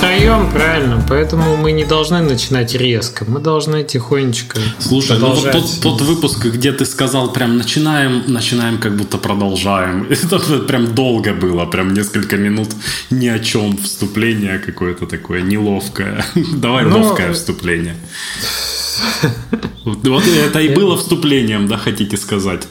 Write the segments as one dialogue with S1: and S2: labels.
S1: втроем, правильно, поэтому мы не должны начинать резко, мы должны тихонечко.
S2: Слушай, ну вот тот выпуск, где ты сказал, прям начинаем, как будто продолжаем. Это прям долго было, прям несколько минут ни о чем, вступление какое-то такое неловкое. Давай ловкое вступление. Вот это и было вступлением, да, хотите сказать?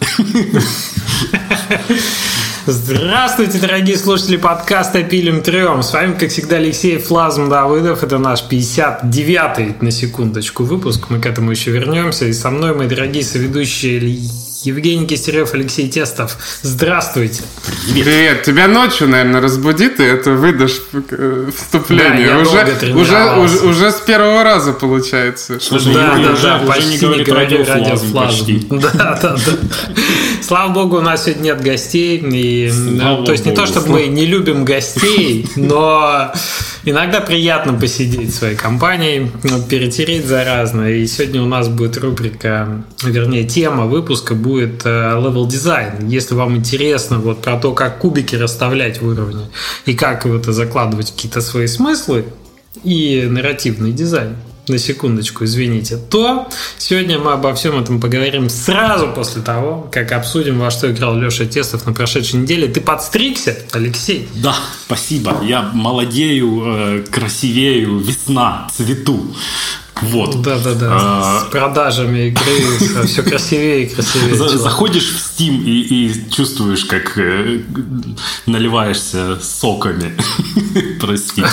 S1: Здравствуйте, дорогие слушатели подкаста «Пилим трем». С вами, как всегда, Алексей Флазм Давыдов. Это наш 59-й, на секундочку, выпуск. Мы к этому еще вернемся. И со мной мои дорогие соведущие Евгений Кистерев, Алексей Тестов. Здравствуйте.
S3: Привет. Тебя ночью, наверное, разбудит, и это выдашь вступление. Да, уже с первого раза получается.
S2: Слушай,
S1: да, почти
S2: не говорит радиофлазм. Почти.
S1: Да. Слава богу, у нас сегодня нет гостей. То есть не то, чтобы мы не любим гостей, но иногда приятно посидеть в своей компании, перетереть заразно. И сегодня у нас будет рубрика, вернее, тема выпуска будет level design. Если вам интересно вот про то, как кубики расставлять в уровне и как в это закладывать какие-то свои смыслы и нарративный дизайн, на секундочку, извините, то сегодня мы обо всем этом поговорим сразу после того, как обсудим, во что играл Леша Тестов на прошедшей неделе. Ты подстригся, Алексей?
S2: Да, спасибо. Я молодею, красивею, весна, цвету. Вот.
S1: Да. С продажами игры все красивее и красивее.
S2: Заходишь в Steam и чувствуешь, как наливаешься соками. Простите.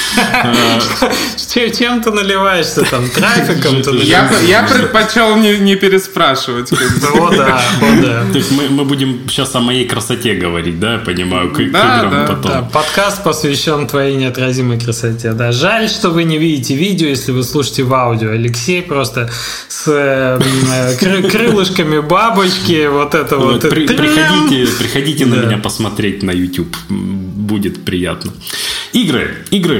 S1: Чем ты наливаешься там? Трафиком?
S3: Я предпочел не переспрашивать.
S1: О, да.
S2: Мы будем сейчас о моей красоте говорить, да, я понимаю, к играм потом.
S1: Да, подкаст посвящен твоей неотразимой красоте. Да. Жаль, что вы не видите видео, если вы слушаете в аудио. Алексей просто с крылышками бабочки, вот это вот.
S2: Приходите на меня посмотреть на YouTube, будет приятно. Игры.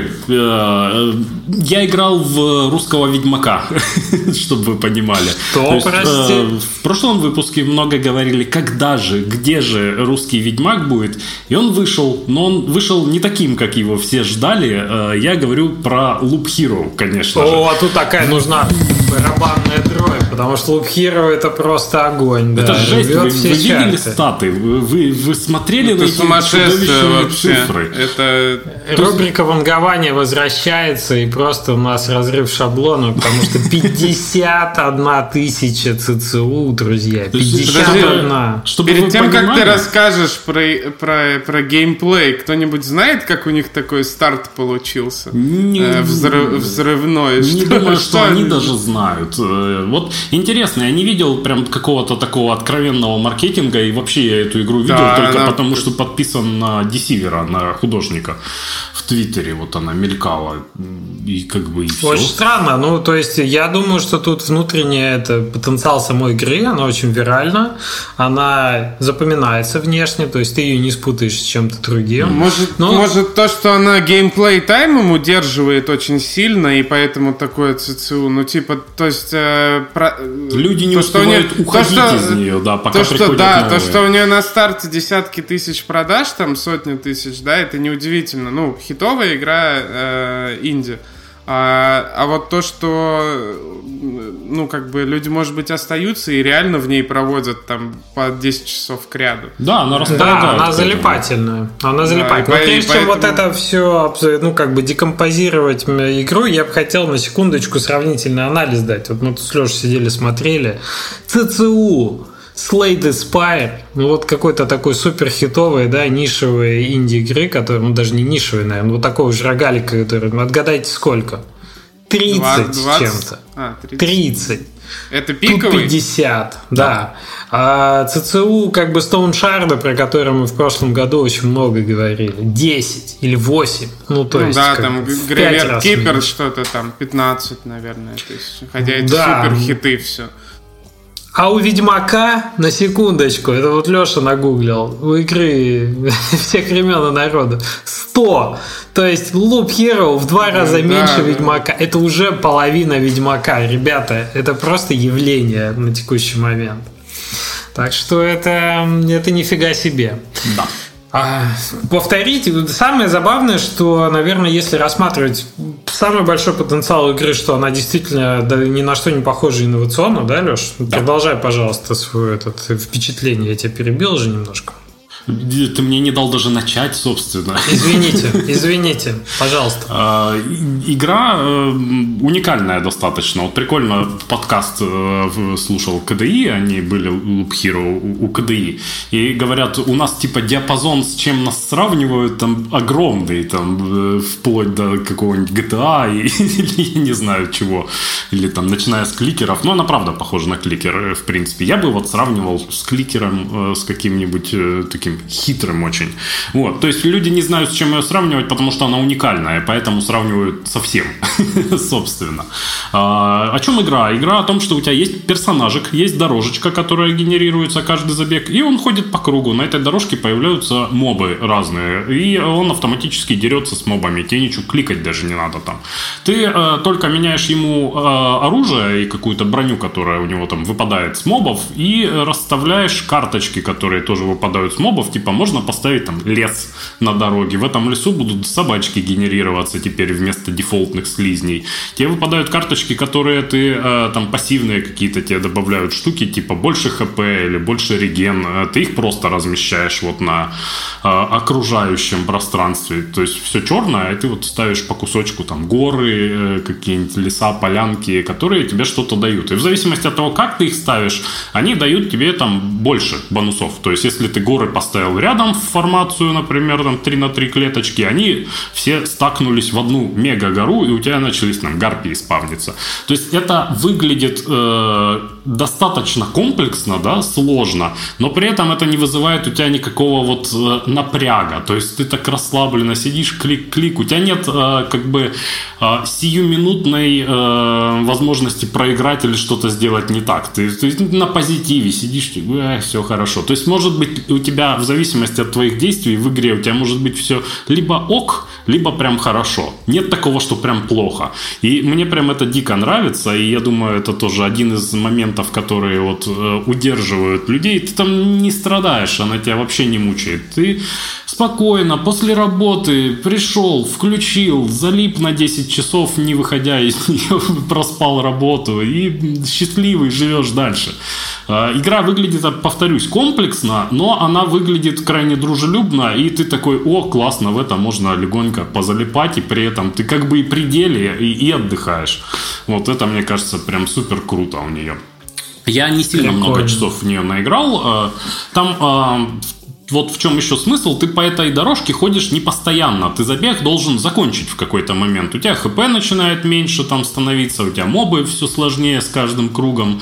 S2: Я играл в русского Ведьмака, чтобы вы понимали.
S1: Что, прости?
S2: В прошлом выпуске много говорили, где же русский Ведьмак будет. И он вышел, но он вышел не таким, как его все ждали. Я говорю про Loop Hero, конечно же.
S1: О, тут такая нужна барабанная дробь, потому что Loop Hero это просто огонь.
S2: Это жесть, вы видели
S1: чарты.
S2: статы? Вы смотрели на эти
S3: чудовищные
S2: цифры?
S3: Это...
S1: Рубрика «Вангование» возвращается, и просто у нас разрыв шаблона, потому что 51 тысяча ЦЦУ, друзья. 51.
S3: Перед тем, как ты расскажешь про геймплей, кто-нибудь знает, как у них такой старт получился? Взрывной.
S2: Не думаю, что они даже знают. Вот интересно, я не видел прям какого-то такого откровенного маркетинга, и вообще я эту игру видел только потому, что подписан на Десивера, на художника. В Твиттере вот она мелькала, и как бы и все.
S1: Очень странно. Ну, то есть, я думаю, что тут внутренний это потенциал самой игры, она очень виральна, она запоминается внешне, то есть, ты ее не спутаешь с чем-то другим.
S3: Может то, что она геймплей таймом удерживает очень сильно, и поэтому такое ЦЦУ, ну, типа, то есть...
S2: Люди не успевают уходить из нее, да, пока приходят новые.
S3: То, что у нее на старте десятки тысяч продаж, там сотни тысяч, да, это неудивительно. Ну, хитовая игра инди. А вот то, что, ну, как бы люди, может быть, остаются и реально в ней проводят там по 10 часов к ряду.
S2: Да, она располагает.
S1: Да, она залипательная. Но прежде чем вот это все, ну, как бы декомпозировать игру, я бы хотел на секундочку сравнительный анализ дать. Вот мы тут с Лешей сидели, смотрели. ЦЦУ, Slay the Spire, ну вот какой-то такой супер хитовый, да, нишевый инди-игры, который, ну даже не нишевый, наверное, вот такого же рогалика, который, отгадайте сколько? 30 с чем-то. 30.
S3: Это пиковый?
S1: Тут 50, да. А ЦЦУ, как бы Stone Shard, про который мы в прошлом году очень много говорили, 10 или 8. Ну, то есть,
S3: да, там Graveyard Keeper что-то там, 15, наверное. То есть, хотя это супер хиты все.
S1: А у Ведьмака, на секундочку, это вот Леша нагуглил, у игры всех времен и народа 100. То есть Loop Hero в 2 раза меньше Ведьмака. Это уже половина Ведьмака. Ребята, это просто явление на текущий момент. Так что это нифига себе.
S2: Да.
S1: Повторить, самое забавное, что, наверное, если рассматривать самый большой потенциал игры, что она действительно ни на что не похожа инновационно, да, Леш? Да. Продолжай, пожалуйста, свое впечатление. Я тебя перебил уже немножко.
S2: Ты мне не дал даже начать, собственно.
S1: Извините, пожалуйста.
S2: Игра уникальная достаточно. Вот прикольно подкаст слушал КДИ, они были Loop Hero у КДИ, и говорят, у нас типа диапазон, с чем нас сравнивают, там огромный, там вплоть до какого-нибудь GTA или я не знаю чего, или там начиная с кликеров. Но она правда похожа на кликер, в принципе. Я бы вот сравнивал с кликером, с каким-нибудь таким хитрым очень. Вот. То есть люди не знают, с чем ее сравнивать, потому что она уникальная, поэтому сравнивают со всем, собственно. О чем игра? Игра о том, что у тебя есть персонажик, есть дорожечка, которая генерируется каждый забег, и он ходит по кругу. На этой дорожке появляются мобы разные, и он автоматически дерется с мобами. Тебе ничего кликать даже не надо там. Ты только меняешь ему оружие и какую-то броню, которая у него там выпадает с мобов, и расставляешь карточки, которые тоже выпадают с мобов. Типа можно поставить там лес на дороге. В этом лесу будут собачки генерироваться теперь вместо дефолтных слизней. Тебе выпадают карточки, которые ты там пассивные какие-то тебе добавляют штуки, типа больше хп или больше реген. Ты их просто размещаешь вот на окружающем пространстве. То есть все черное, и ты вот ставишь по кусочку там горы, какие-нибудь леса, полянки, которые тебе что-то дают. И в зависимости от того, как ты их ставишь, они дают тебе там больше бонусов. То есть если ты горы поставил рядом в формацию, например, там 3×3 клеточки, они все стакнулись в одну мега-гору, и у тебя начались там гарпии спавниться. То есть это выглядит достаточно комплексно, да, сложно, но при этом это не вызывает у тебя никакого вот напряга. То есть ты так расслабленно сидишь, клик-клик, у тебя нет как бы сиюминутной возможности проиграть или что-то сделать не так. Ты на позитиве сидишь, все хорошо. То есть может быть у тебя в зависимости от твоих действий в игре у тебя может быть все либо ок, либо прям хорошо. Нет такого, что прям плохо. И мне прям это дико нравится, и я думаю, это тоже один из моментов, которые вот удерживают людей. Ты там не страдаешь, она тебя вообще не мучает. Ты спокойно после работы пришел, включил, залип на 10 часов, не выходя из нее, проспал работу и счастливый живешь дальше. Игра выглядит, повторюсь, комплексно, но она выглядит крайне дружелюбно, и ты такой, о, классно, в это можно легонько позалипать, и при этом ты как бы и при деле, и отдыхаешь. Вот это, мне кажется, прям супер круто у нее. Я не сильно много часов в нее наиграл. Там вот в чем еще смысл, ты по этой дорожке ходишь не постоянно, ты забег должен закончить в какой-то момент, у тебя хп начинает меньше там становиться, у тебя мобы все сложнее с каждым кругом,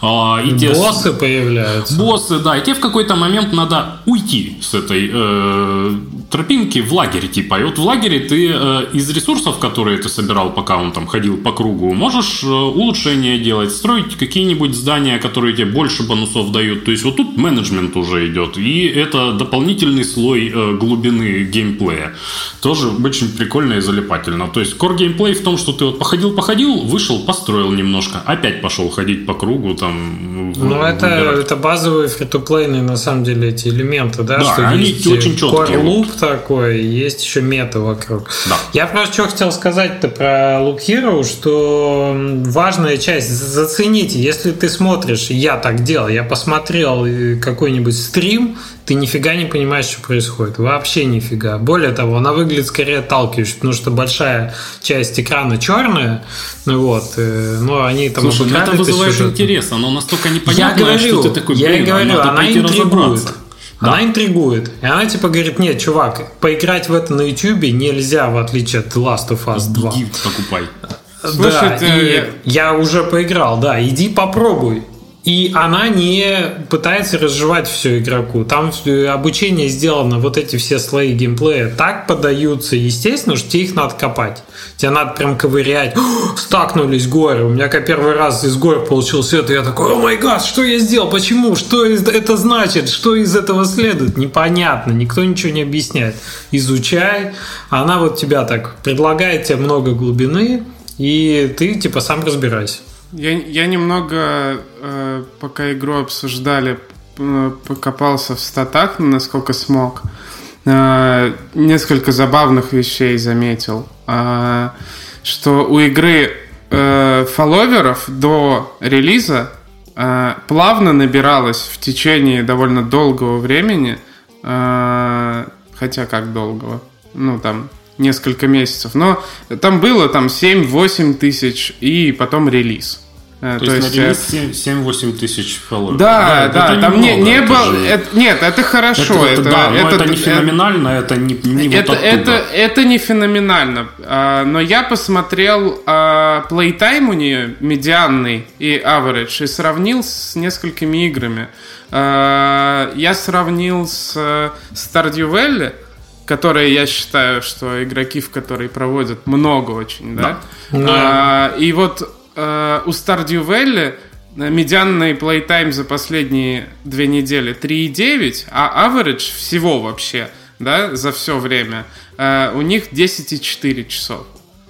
S2: и
S1: боссы появляются.
S2: Боссы, да, и тебе в какой-то момент надо уйти с этой тропинки в лагерь, типа, и вот в лагере ты из ресурсов, которые ты собирал, пока он там ходил по кругу, можешь улучшения делать, строить какие-нибудь здания, которые тебе больше бонусов дают, то есть вот тут менеджмент уже идет, и это дополнительный слой глубины геймплея. Тоже очень прикольно и залипательно. То есть core геймплей в том, что ты вот походил, вышел, построил немножко, опять пошел ходить по кругу там.
S1: Ну это базовые фри-то-плейные на самом деле эти элементы, да?
S2: Да,
S1: что
S2: они
S1: есть
S2: очень четкие.
S1: Core loop такой, есть еще мета вокруг.
S2: Да.
S1: Я просто что хотел сказать-то про Loop Hero, что важная часть, зацените, если ты смотришь, я так делал, я посмотрел какой-нибудь стрим, ты нифига не понимаешь, что происходит. Вообще нифига. Более того, она выглядит скорее отталкивающе, потому что большая часть экрана черная. Вот. Но они там...
S2: Слушай, это вызывает интерес. Оно настолько непонятное, что ты такой,
S1: я говорю, она интригует.
S2: Да.
S1: Она интригует. И она типа говорит, нет, чувак, поиграть в это на YouTube нельзя, в отличие от Last of Us 2.
S2: Иди покупай.
S1: Да, и я уже поиграл, да, иди попробуй. И она не пытается разжевать все игроку. Там обучение сделано, вот эти все слои геймплея так подаются, естественно, что тебе их надо копать. Тебе надо прям ковырять. Стакнулись горы. У меня как первый раз из гор получился это. Я такой, о май гад, что я сделал? Почему? Что это значит? Что из этого следует? Непонятно. Никто ничего не объясняет. Изучай. Она вот тебя так предлагает тебе много глубины, и ты типа сам разбирайся.
S3: Я немного, пока игру обсуждали, покопался в статах, насколько смог. несколько забавных вещей заметил. Что у игры фолловеров до релиза плавно набиралось в течение довольно долгого времени, хотя как долгого, ну там несколько месяцев, но там было там 7-8 тысяч и потом релиз.
S2: То есть на релиз 7-8 тысяч фолловеров.
S3: Да, там не было... Нет, это хорошо.
S2: Это не феноменально, это не вот оттуда.
S3: Это не феноменально. Но я посмотрел Playtime у нее, медианный и average, и сравнил с несколькими играми. Я сравнил с Stardew Valley, которые я считаю, что игроки в которые проводят много очень, да? И вот у Stardew Valley медианный Playtime за последние 2 недели 3,9, а average всего вообще, да, за все время, у них 10,4 часов.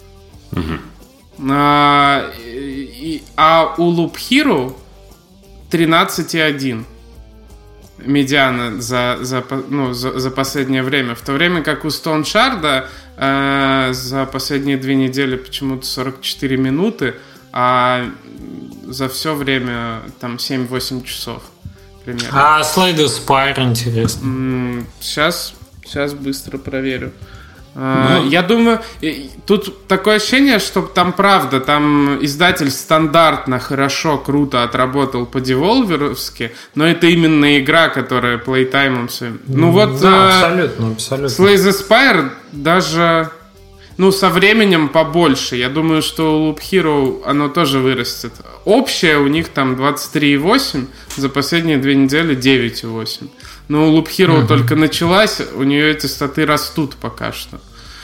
S3: А у Loop Hero 13,1 медиана за последнее время. В то время как у Stone Shard за последние 2 недели почему-то 44 минуты, а за все время там 7-8 часов примерно.
S1: А Slay the Spire, интересно.
S3: Сейчас быстро проверю. Я думаю, тут такое ощущение, что там правда, там издатель стандартно, хорошо, круто отработал по-деволверовски, но это именно игра, которая Playtime своим... Ну вот,
S1: абсолютно.
S3: Slay the Spire даже... Ну, со временем побольше. Я думаю, что у Loop Hero оно тоже вырастет. Общее у них там 23,8, за последние 2 недели 9,8. Но у Loop Hero только началась, у нее эти статы растут пока что.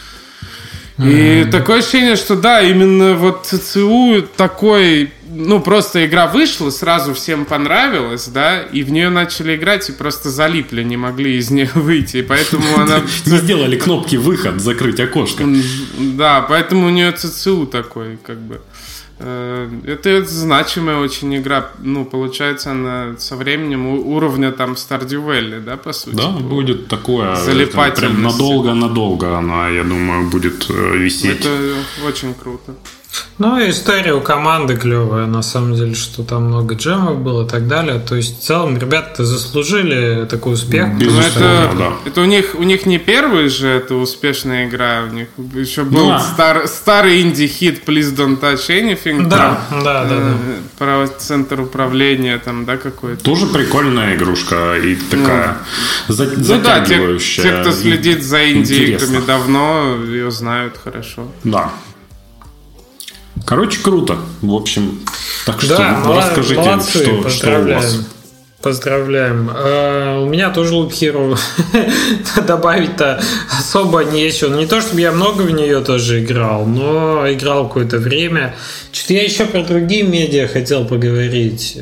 S3: И такое ощущение, что да, именно вот ЦЦУ такой... Ну, просто игра вышла, сразу всем понравилась, да, и в нее начали играть и просто залипли, не могли из нее выйти, и поэтому она...
S2: Не сделали кнопки «Выход», «Закрыть окошко».
S3: Да, поэтому у нее ЦЦУ такой, как бы... Это значимая очень игра. Ну, получается, она со временем уровня там Stardew Valley, да, по сути?
S2: Да, будет такое.
S3: Залипательность.
S2: Прям надолго она, я думаю, будет висеть.
S3: Это очень круто.
S1: Ну, история у команды клевая, на самом деле, что там много джемов было и так далее. То есть, в целом, ребята заслужили такой успех.
S3: Это у них не первый же, это успешная игра. У них еще был старый инди-хит Please Don't Touch Anything.
S1: Да.
S3: Про центр управления там, да, какой-то.
S2: Тоже прикольная игрушка и такая затягивающая.
S3: Те, кто следит за инди-играми давно, ее знают хорошо.
S2: Да. Короче, круто. В общем, так что расскажите,
S1: молодцы,
S2: что у вас.
S1: Поздравляем. У меня тоже Loop Hero добавить-то особо нечего. Не то, чтобы я много в нее тоже играл, но играл какое-то время. Что-то я еще про другие медиа хотел поговорить.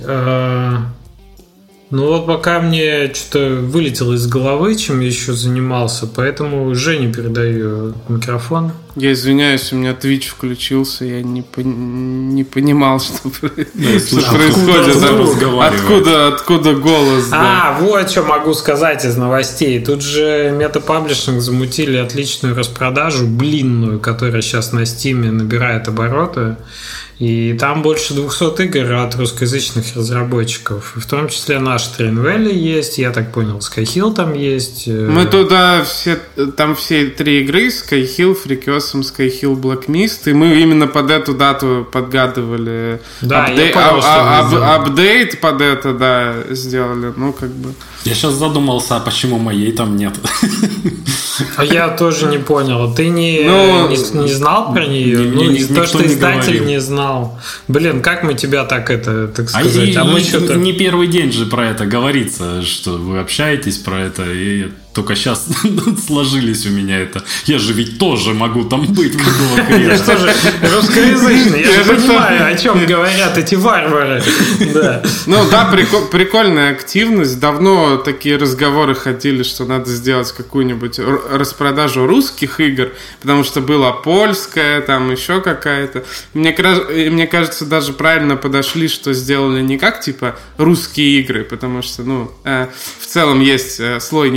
S1: Ну вот пока мне что-то вылетело из головы, чем я еще занимался, поэтому Жене передаю микрофон.
S3: Я извиняюсь, у меня Twitch включился, я не понимал, что происходит. Откуда голос?
S1: Вот что могу сказать из новостей. Тут же Meta-Publishing замутили отличную распродажу, блинную, которая сейчас на Steam набирает обороты. И там больше 200 игр от русскоязычных разработчиков. В том числе наш Train Valley есть, я так понял, Skyhill там есть.
S3: Мы туда там все 3 игры, Skyhill, Freakiosum, Skyhill, Black Mist, и мы именно под эту дату подгадывали.
S1: Да,
S3: апдейт под это, да, сделали. Ну, как бы...
S2: Я сейчас задумался, а почему моей там нет?
S1: А я тоже не понял. Ты не знал про нее? То, что издатель не знал. Блин, как мы тебя так сказать?
S2: Не первый день же про это говорится, что вы общаетесь про это, и только сейчас сложились у меня это. Я же ведь тоже могу там быть, какого хрена.
S1: Я же тоже русскоязычный. Я же понимаю, о чем говорят эти варвары.
S3: Ну да, прикольная активность. Давно такие разговоры ходили, что надо сделать какую-нибудь распродажу русских игр, потому что была польская, там еще какая-то. Мне кажется, даже правильно подошли, что сделали не как типа русские игры, потому что, в целом есть слой негатива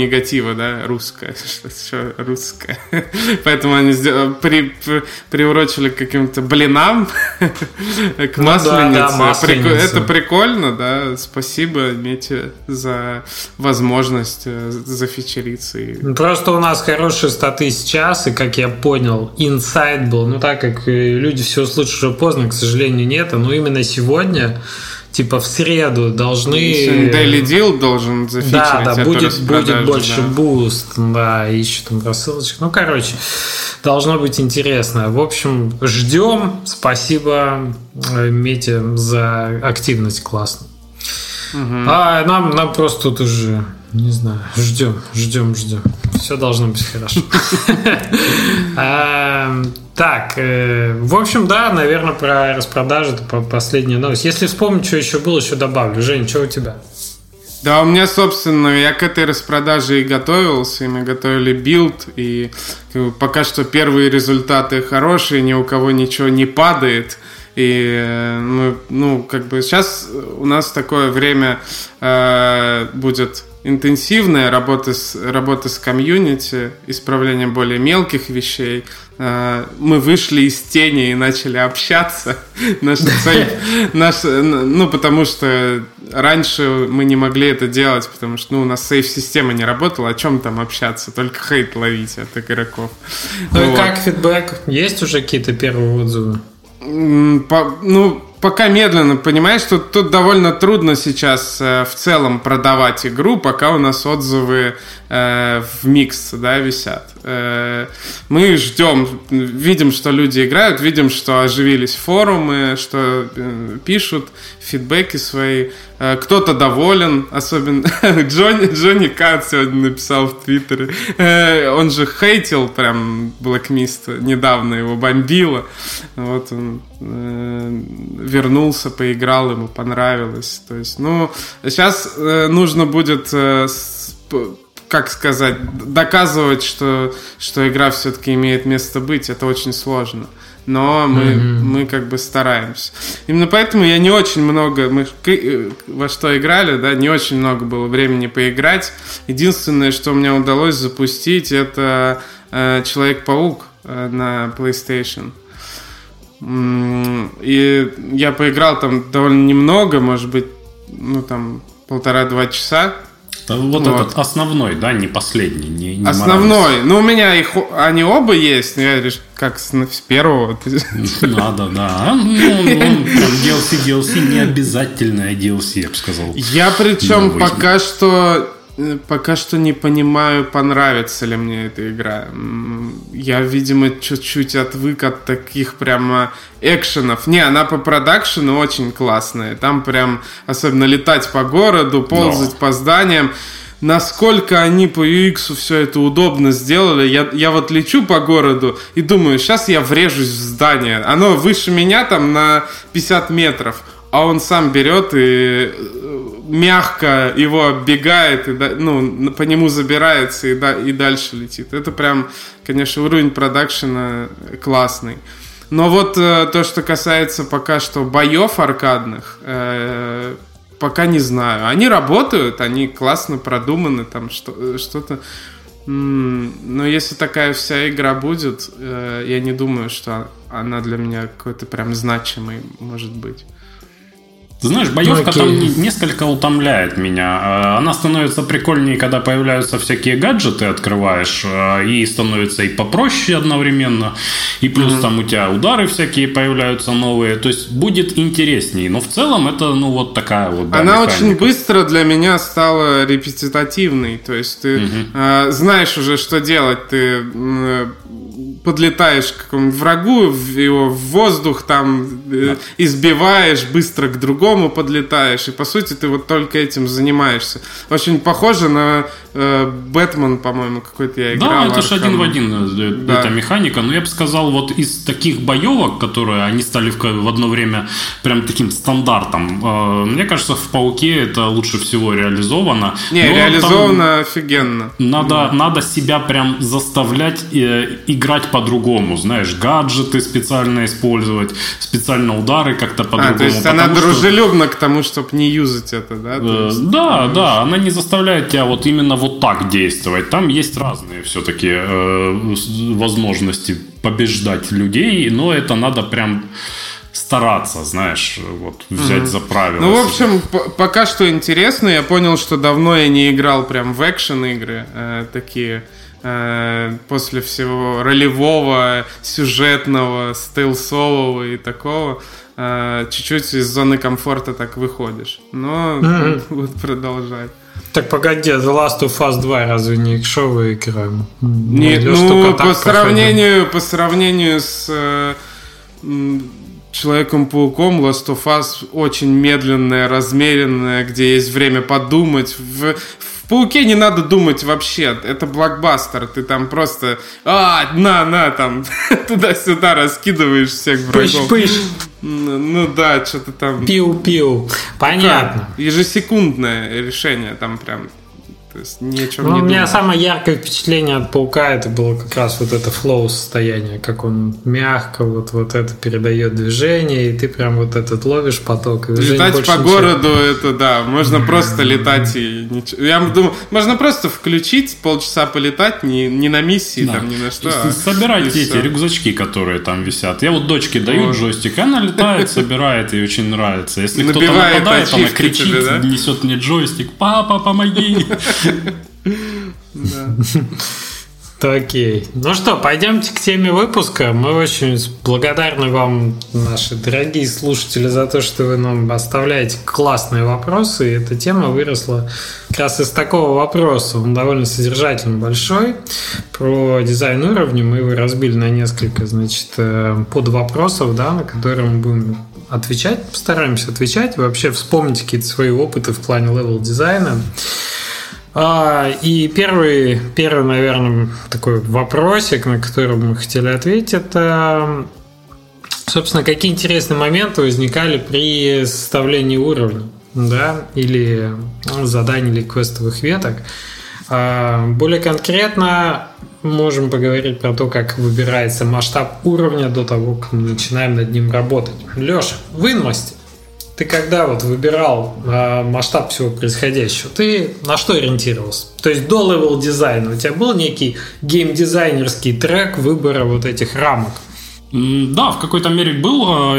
S3: пиво, да, русское. Что русское. Поэтому они приурочили к каким-то блинам, к масленице. Это прикольно, да. Спасибо, Мите, за возможность зафичериться.
S1: Просто у нас хорошие статы сейчас, и, как я понял, инсайт был. Ну, так как люди все услышат уже поздно, к сожалению, нет. Но именно сегодня, типа в среду, должны...
S3: Daily Deal должен зафичерить.
S1: Да, будет больше буст. Да, ищут там рассылочек. Ну, короче, должно быть интересно. В общем, ждем. Спасибо, Мите, за активность классную. Нам просто тут уже... Не знаю, ждем. Все должно быть хорошо. Так, в общем, да, наверное, про распродажи это последняя новость. Если вспомнить, что еще было, еще добавлю. Жень, что у тебя?
S3: Да, у меня, собственно, я к этой распродаже и готовился, и мы готовили билд, и пока что первые результаты хорошие, ни у кого ничего не падает. И, как бы сейчас у нас такое время будет интенсивная работа с комьюнити, исправление более мелких вещей. Мы вышли из тени и начали общаться. Наша цель, потому что раньше мы не могли это делать, потому что у нас сейф-система не работала. О чем там общаться? Только хейт ловить от игроков.
S1: Ну и как фидбэк? Есть уже какие-то первые отзывы?
S3: Пока медленно, понимаешь, что тут довольно трудно сейчас в целом продавать игру, пока у нас отзывы в микс, да, висят. Мы ждем, видим, что люди играют, видим, что оживились форумы, что пишут фидбэки свои. Кто-то доволен, особенно Джонни Кат сегодня написал в Твиттере. Он же хейтил прям Black Mist, недавно его бомбило. Вот он вернулся, поиграл, ему понравилось. То есть, сейчас нужно будет, как сказать, доказывать, что игра все-таки имеет место быть. Это очень сложно. Но мы как бы стараемся. Именно поэтому я не очень много... Мы во что играли, да, не очень много было времени поиграть. Единственное, что мне удалось запустить, это Человек-паук на PlayStation. И я поиграл там довольно немного, может быть, 1,5-2 часа.
S2: Вот этот основной, да, не последний. Не
S3: основной. У меня они оба есть. Я решил, как с первого.
S2: Надо, да. DLC не обязательное DLC, я бы сказал.
S3: Я причем пока что не понимаю, понравится ли мне эта игра. Я, видимо, чуть-чуть отвык от таких прямо экшенов. Не, она по продакшену очень классная. Там прям, особенно летать по городу, ползать по зданиям. Насколько они по UX все это удобно сделали. Я вот лечу по городу и думаю, сейчас я врежусь в здание. Оно выше меня там на 50 метров. А он сам берет и мягко его оббегает, и, по нему забирается и дальше летит. Это прям, конечно, уровень продакшена классный. Но вот то, что касается пока что боев аркадных, пока не знаю. Они работают, они классно продуманы, там что-то... Но если такая вся игра будет, я не думаю, что она для меня какой-то прям значимой может быть.
S2: Ты знаешь, боевка там несколько утомляет меня. Она становится прикольнее, когда появляются всякие гаджеты, открываешь, и становится и попроще одновременно, и плюс там у тебя удары всякие появляются новые. То есть будет интереснее. Но в целом это, вот такая вот, да,
S3: она
S2: механика.
S3: Очень быстро для меня стала репетитативной. То есть ты знаешь уже, что делать. Ты подлетаешь к какому-нибудь врагу, его в воздух там избиваешь, быстро к другому подлетаешь, и по сути ты вот только этим занимаешься. Очень похоже на Бэтмен, по-моему, какой-то я играл.
S2: Да, это же один в один эта механика, но я бы сказал, вот из таких боевок, которые они стали в одно время прям таким стандартом, мне кажется, в Пауке это лучше всего реализовано.
S3: Реализовано офигенно.
S2: Надо себя прям заставлять играть по-другому, знаешь, гаджеты специально использовать, специально удары как-то по-другому.
S3: То есть она дружелюбна к тому, чтобы не юзать это, да?
S2: Да, она не заставляет тебя вот именно вот так действовать. Там есть разные все-таки возможности побеждать людей, но это надо прям стараться, знаешь, вот взять за правило.
S3: Ну, в общем, пока что интересно. Я понял, что давно я не играл прям в экшен-игры такие, после всего ролевого, сюжетного, стелсового и такого. Чуть-чуть из зоны комфорта так выходишь. Но вот продолжать.
S1: Так погоди, The Last of Us 2 разве не экшовая игра?
S3: Нет, по сравнению с Человеком-пауком, Last of Us очень медленная, размеренная, где есть время подумать. В Пауке не надо думать вообще. Это блокбастер. Ты там просто там туда-сюда раскидываешь всех врагов.
S1: Пыш-пыш.
S3: Ну да, что-то там.
S1: Пиу-пиу. Понятно.
S3: Ежесекундное решение там прям. То есть ни о чем не
S1: у меня
S3: думаю.
S1: самое яркое впечатление от Паука это было как раз вот это флоу состояние, как он мягко вот это передает движение, и ты прям вот этот ловишь поток.
S3: Летать по городу, это да, можно просто летать и ничего. Я думаю, можно просто включить, полчаса полетать, не на миссии, там, ни на что.
S2: Собирать эти рюкзачки, которые там висят. Я вот дочке даю джойстик, она летает, собирает, ей очень нравится. Если кто-то нападает, она кричит, несет мне джойстик: «Папа, помоги!»
S3: Да.
S1: Окей. Ну что, пойдемте к теме выпуска. Мы очень благодарны вам, наши дорогие слушатели, за то, что вы нам оставляете классные вопросы. И эта тема выросла как раз из такого вопроса. Он довольно содержательный, большой. Про дизайн уровня. Мы его разбили на несколько, подвопросов, да, на которые мы будем отвечать. Постараемся отвечать. Вообще вспомнить какие-то свои опыты в плане левел-дизайна. И первый, наверное, такой вопросик, на который мы хотели ответить, это, собственно, какие интересные моменты возникали при составлении уровня, да, или заданий, или квестовых веток. Более конкретно можем поговорить про то, как выбирается масштаб уровня до того, как мы начинаем над ним работать. Леша, в инвесте ты когда вот выбирал масштаб всего происходящего, ты на что ориентировался? То есть до левел дизайна у тебя был некий геймдизайнерский трек выбора вот этих рамок?
S2: Да, в какой-то мере был.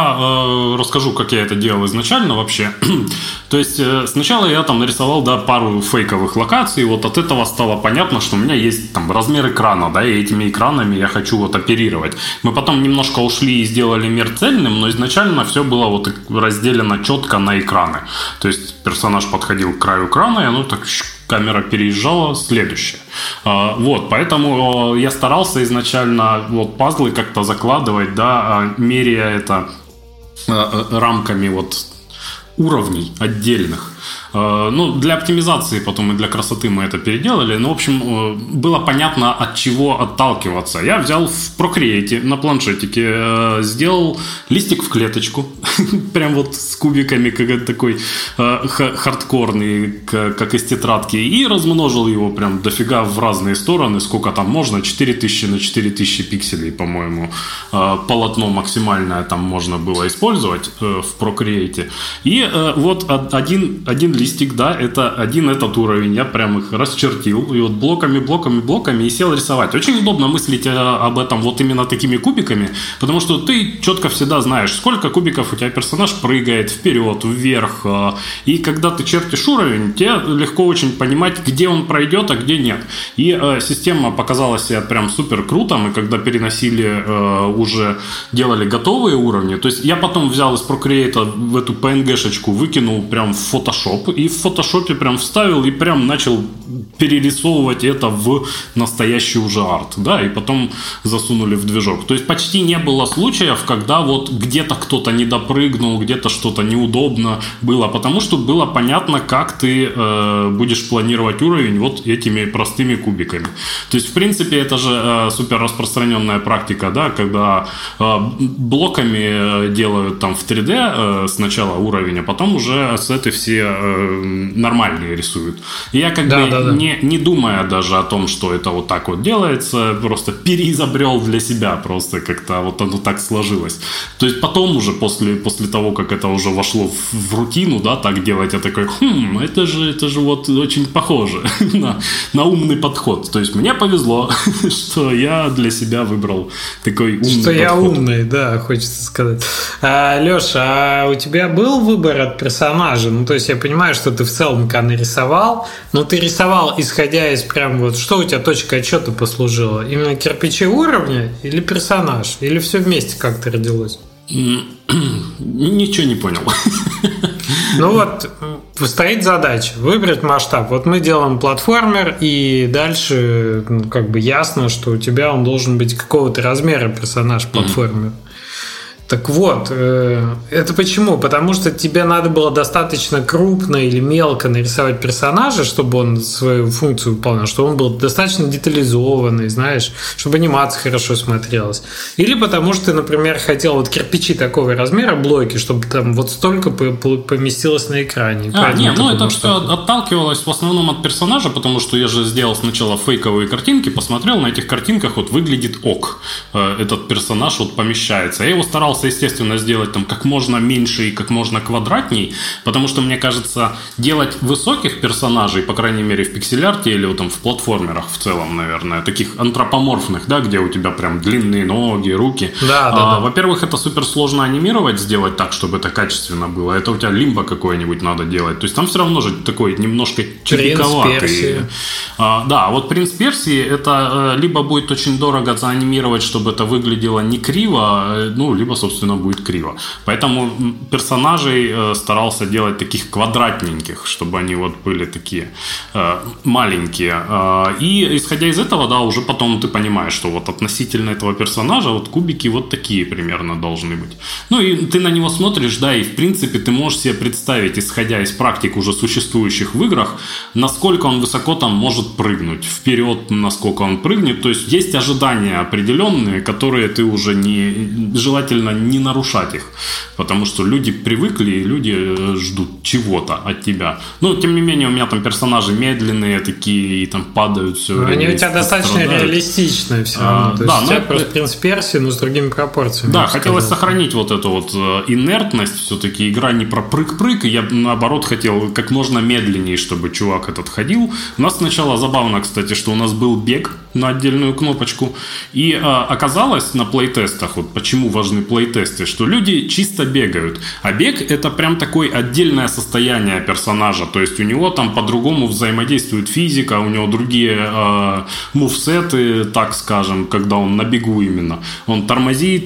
S2: Я расскажу, как я это делал изначально вообще. То есть сначала я там нарисовал, да, пару фейковых локаций. Вот от этого стало понятно, что у меня есть там размер экрана, да, и этими экранами я хочу вот оперировать. Мы потом немножко ушли и сделали мир цельным, но изначально все было вот разделено четко на экраны. То есть персонаж подходил к краю экрана, и оно так камера переезжала, следующее. Вот, поэтому я старался изначально вот пазлы как-то закладывать, да, меряя это рамками вот уровней отдельных. Ну, для оптимизации потом и для красоты мы это переделали. Ну, в общем, было понятно, от чего отталкиваться. Я взял в Procreate на планшетике, сделал листик в клеточку, прям вот с кубиками, как такой хардкорный, как из тетрадки, и размножил его прям дофига в разные стороны, сколько там можно, 4000 на 4000 пикселей, по-моему, полотно максимальное там можно было использовать в Procreate. И вот один листик, да, это один этот уровень, я прям их расчертил, и вот блоками, и сел рисовать. Очень удобно мыслить об этом вот именно такими кубиками, потому что ты четко всегда знаешь, сколько кубиков у тебя персонаж прыгает вперед, вверх, и когда ты чертишь уровень, тебе легко очень понимать, где он пройдет, а где нет. И система показала себя прям супер круто, мы когда переносили, уже делали готовые уровни, то есть я потом взял из Procreate в эту PNG-шечку, выкинул прям в Photoshop, и в фотошопе прям вставил и прям начал перерисовывать это в настоящий уже арт, да, и потом засунули в движок. То есть почти не было случаев, когда вот где-то кто-то не допрыгнул, где-то что-то неудобно было, потому что было понятно, как ты будешь планировать уровень вот этими простыми кубиками. То есть, в принципе, это же супер распространенная практика, да, когда блоками делают там в 3D сначала уровень, а потом уже сеты все нормальные рисуют. И я как бы не думая даже о том, что это вот так вот делается, просто переизобрел для себя, просто как-то вот оно так сложилось. То есть потом уже после того, как это уже вошло в рутину, да, так делать, я такой, это же вот очень похоже на умный подход. То есть мне повезло, что я для себя выбрал такой умный подход.
S1: Что я умный, да, хочется сказать. Леша, а у тебя был выбор от персонажа? Ну, то есть я понимаю, что ты в целом нарисовал, но ты рисовал, исходя из прям вот, что у тебя точка отчета послужила? Именно кирпичи уровня или персонаж? Или все вместе как-то родилось?
S2: Ничего не понял.
S1: Ну вот, стоит задача выбрать масштаб. Вот мы делаем платформер, и дальше как бы ясно, что у тебя он должен быть какого-то размера персонаж платформер. Так вот, это почему? Потому что тебе надо было достаточно крупно или мелко нарисовать персонажа, чтобы он свою функцию выполнял, чтобы он был достаточно детализованный, знаешь, чтобы анимация хорошо смотрелась. Или потому что ты, например, хотел вот кирпичи такого размера, блоки, чтобы там вот столько поместилось на экране.
S2: Это все отталкивалось в основном от персонажа, потому что я же сделал сначала фейковые картинки, посмотрел, на этих картинках вот выглядит ок. Этот персонаж вот помещается. Я его старался, естественно, сделать там как можно меньше и как можно квадратней, потому что, мне кажется, делать высоких персонажей, по крайней мере, в пиксель-арте или вот там в платформерах в целом, наверное, таких антропоморфных, да, где у тебя прям длинные ноги, руки. Да. Во-первых, это супер сложно анимировать, сделать так, чтобы это качественно было. Это у тебя лимбо какое-нибудь надо делать. То есть там все равно же такой немножко чуриковатый. Да, вот «Принц Персии» это либо будет очень дорого заанимировать, чтобы это выглядело не криво, либо, собственно, будет криво. Поэтому персонажей старался делать таких квадратненьких, чтобы они вот были такие маленькие. И исходя из этого, да, уже потом ты понимаешь, что вот относительно этого персонажа вот кубики вот такие примерно должны быть. Ну и ты на него смотришь, да, и в принципе ты можешь себе представить, исходя из практик уже существующих в играх, насколько он высоко там может прыгнуть, вперед, насколько он прыгнет. То есть есть ожидания определенные, которые ты уже желательно не нарушать их, потому что люди привыкли, и люди ждут чего-то от тебя. Но, тем не менее, у меня там персонажи медленные такие, и там падают все время.
S1: Они у тебя достаточно реалистичные все равно. То есть у тебя просто «Принц Персии», но с другими пропорциями.
S2: Да, хотелось сохранить вот эту вот инертность, все-таки игра не про прыг-прыг, и я, наоборот, хотел как можно медленнее, чтобы чувак этот ходил. У нас сначала забавно, кстати, что у нас был бег на отдельную кнопочку, и оказалось на плейтестах, вот почему важны плейтесты, что люди чисто бегают. А бег – это прям такое отдельное состояние персонажа. То есть у него там по-другому взаимодействует физика, у него другие мувсеты, так скажем, когда он на бегу именно. Он тормозит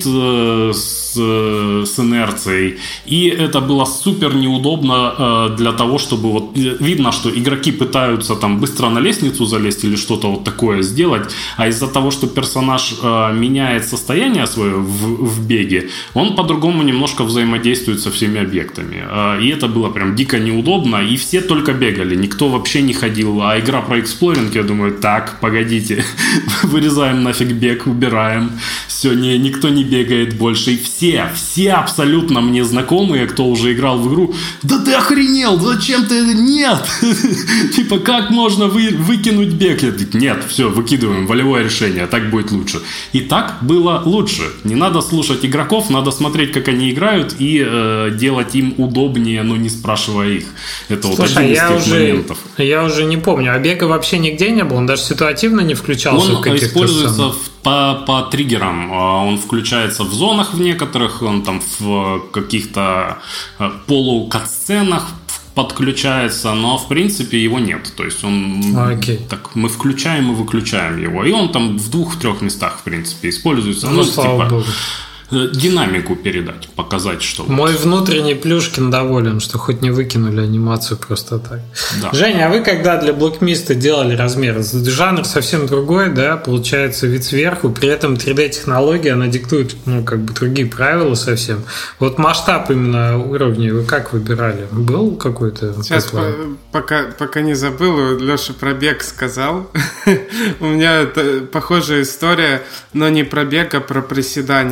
S2: с инерцией. И это было супер неудобно для того, чтобы вот видно, что игроки пытаются там быстро на лестницу залезть или что-то вот такое сделать, а из-за того, что персонаж меняет состояние свое в беге, он по-другому немножко взаимодействует со всеми объектами. И это было прям дико неудобно, и все только бегали, никто вообще не ходил. А игра про эксплоринг, я думаю, так, погодите, вырезаем нафиг бег, убираем, все, никто не бегает больше. И все абсолютно мне знакомые, кто уже играл в игру, да ты охренел, зачем ты, нет, типа, как можно выкинуть бег? Я говорю, нет, все, выкидываем, волевое решение, так будет лучше. И так было лучше. Не надо слушать игроков, надо смотреть, как они играют, и делать им удобнее, но не спрашивая их. Это вот один из тех моментов.
S1: Я уже не помню, а бега вообще нигде не было? Он даже ситуативно не включался в каких-то сценах?
S2: Он используется по триггерам. Он включается в зонах в некоторых, он там в каких-то полукат-сценах подключается, но в принципе его нет. То есть он так, мы включаем и выключаем его. И он там в 2-3 местах, в принципе, используется.
S1: Слава богу.
S2: Динамику передать, показать, что...
S1: Мой внутренний Плюшкин доволен, что хоть не выкинули анимацию просто так. Да. Женя, а вы когда для Блокмиста делали размер? Жанр совсем другой, да, получается вид сверху, при этом 3D-технология, она диктует, другие правила совсем. Вот масштаб именно уровня вы как выбирали? Был какой-то?
S3: Сейчас, пока не забыл, Леша про бег сказал. У меня похожая история, но не про бег, а про приседание была.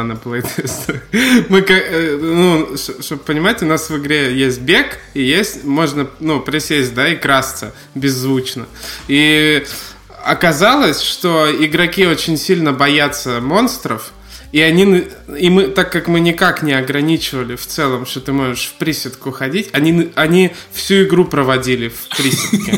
S3: была на плейтестах. Мы, чтобы понимать, у нас в игре есть бег, и есть, можно, присесть, да, и красться беззвучно. И оказалось, что игроки очень сильно боятся монстров, и мы, так как мы никак не ограничивали в целом, что ты можешь в приседку ходить, они всю игру проводили в приседке.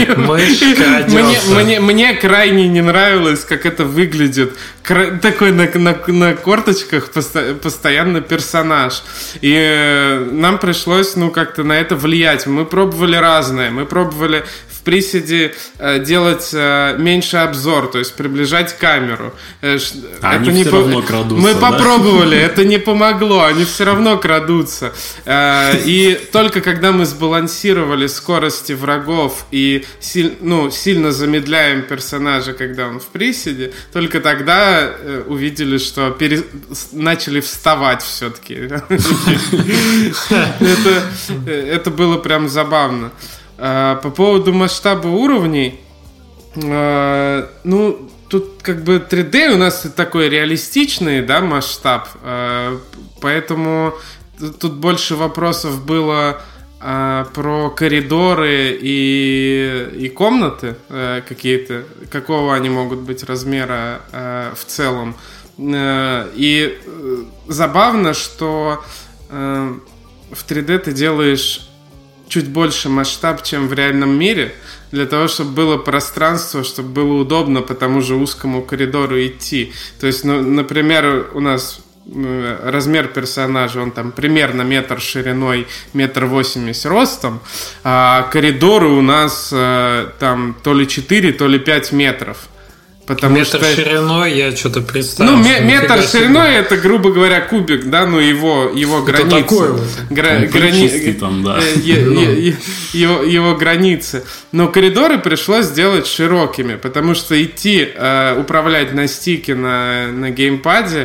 S3: Мне крайне не нравилось, как это выглядит. Такой на корточках постоянно персонаж. И нам пришлось, как-то на это влиять. Мы пробовали разное. Мы пробовали в приседе делать меньше обзор, то есть приближать камеру.
S2: Они все равно крадутся.
S3: Мы попробовали, это не помогло, они все равно крадутся. И только когда мы сбалансировали скорости врагов и сильно замедляем персонажа, когда он в приседе, только тогда увидели, что начали вставать все-таки. Это было прям забавно. По поводу масштаба уровней, тут как бы 3D у нас такой реалистичный, да, масштаб, поэтому тут больше вопросов было про коридоры и комнаты какие-то, какого они могут быть размера в целом. И забавно, что в 3D ты делаешь чуть больше масштаб, чем в реальном мире, для того, чтобы было пространство, чтобы было удобно по тому же узкому коридору идти. То есть, например, у нас размер персонажа, он там примерно метр шириной, 1,80 м ростом, а коридоры у нас там то ли 4, то ли 5 метров.
S1: Метр шириной, я что-то представил.
S3: Метр шириной это, грубо говоря, кубик, да, его границы. Его границы. Но коридоры пришлось сделать широкими, потому что идти, управлять на стике на геймпаде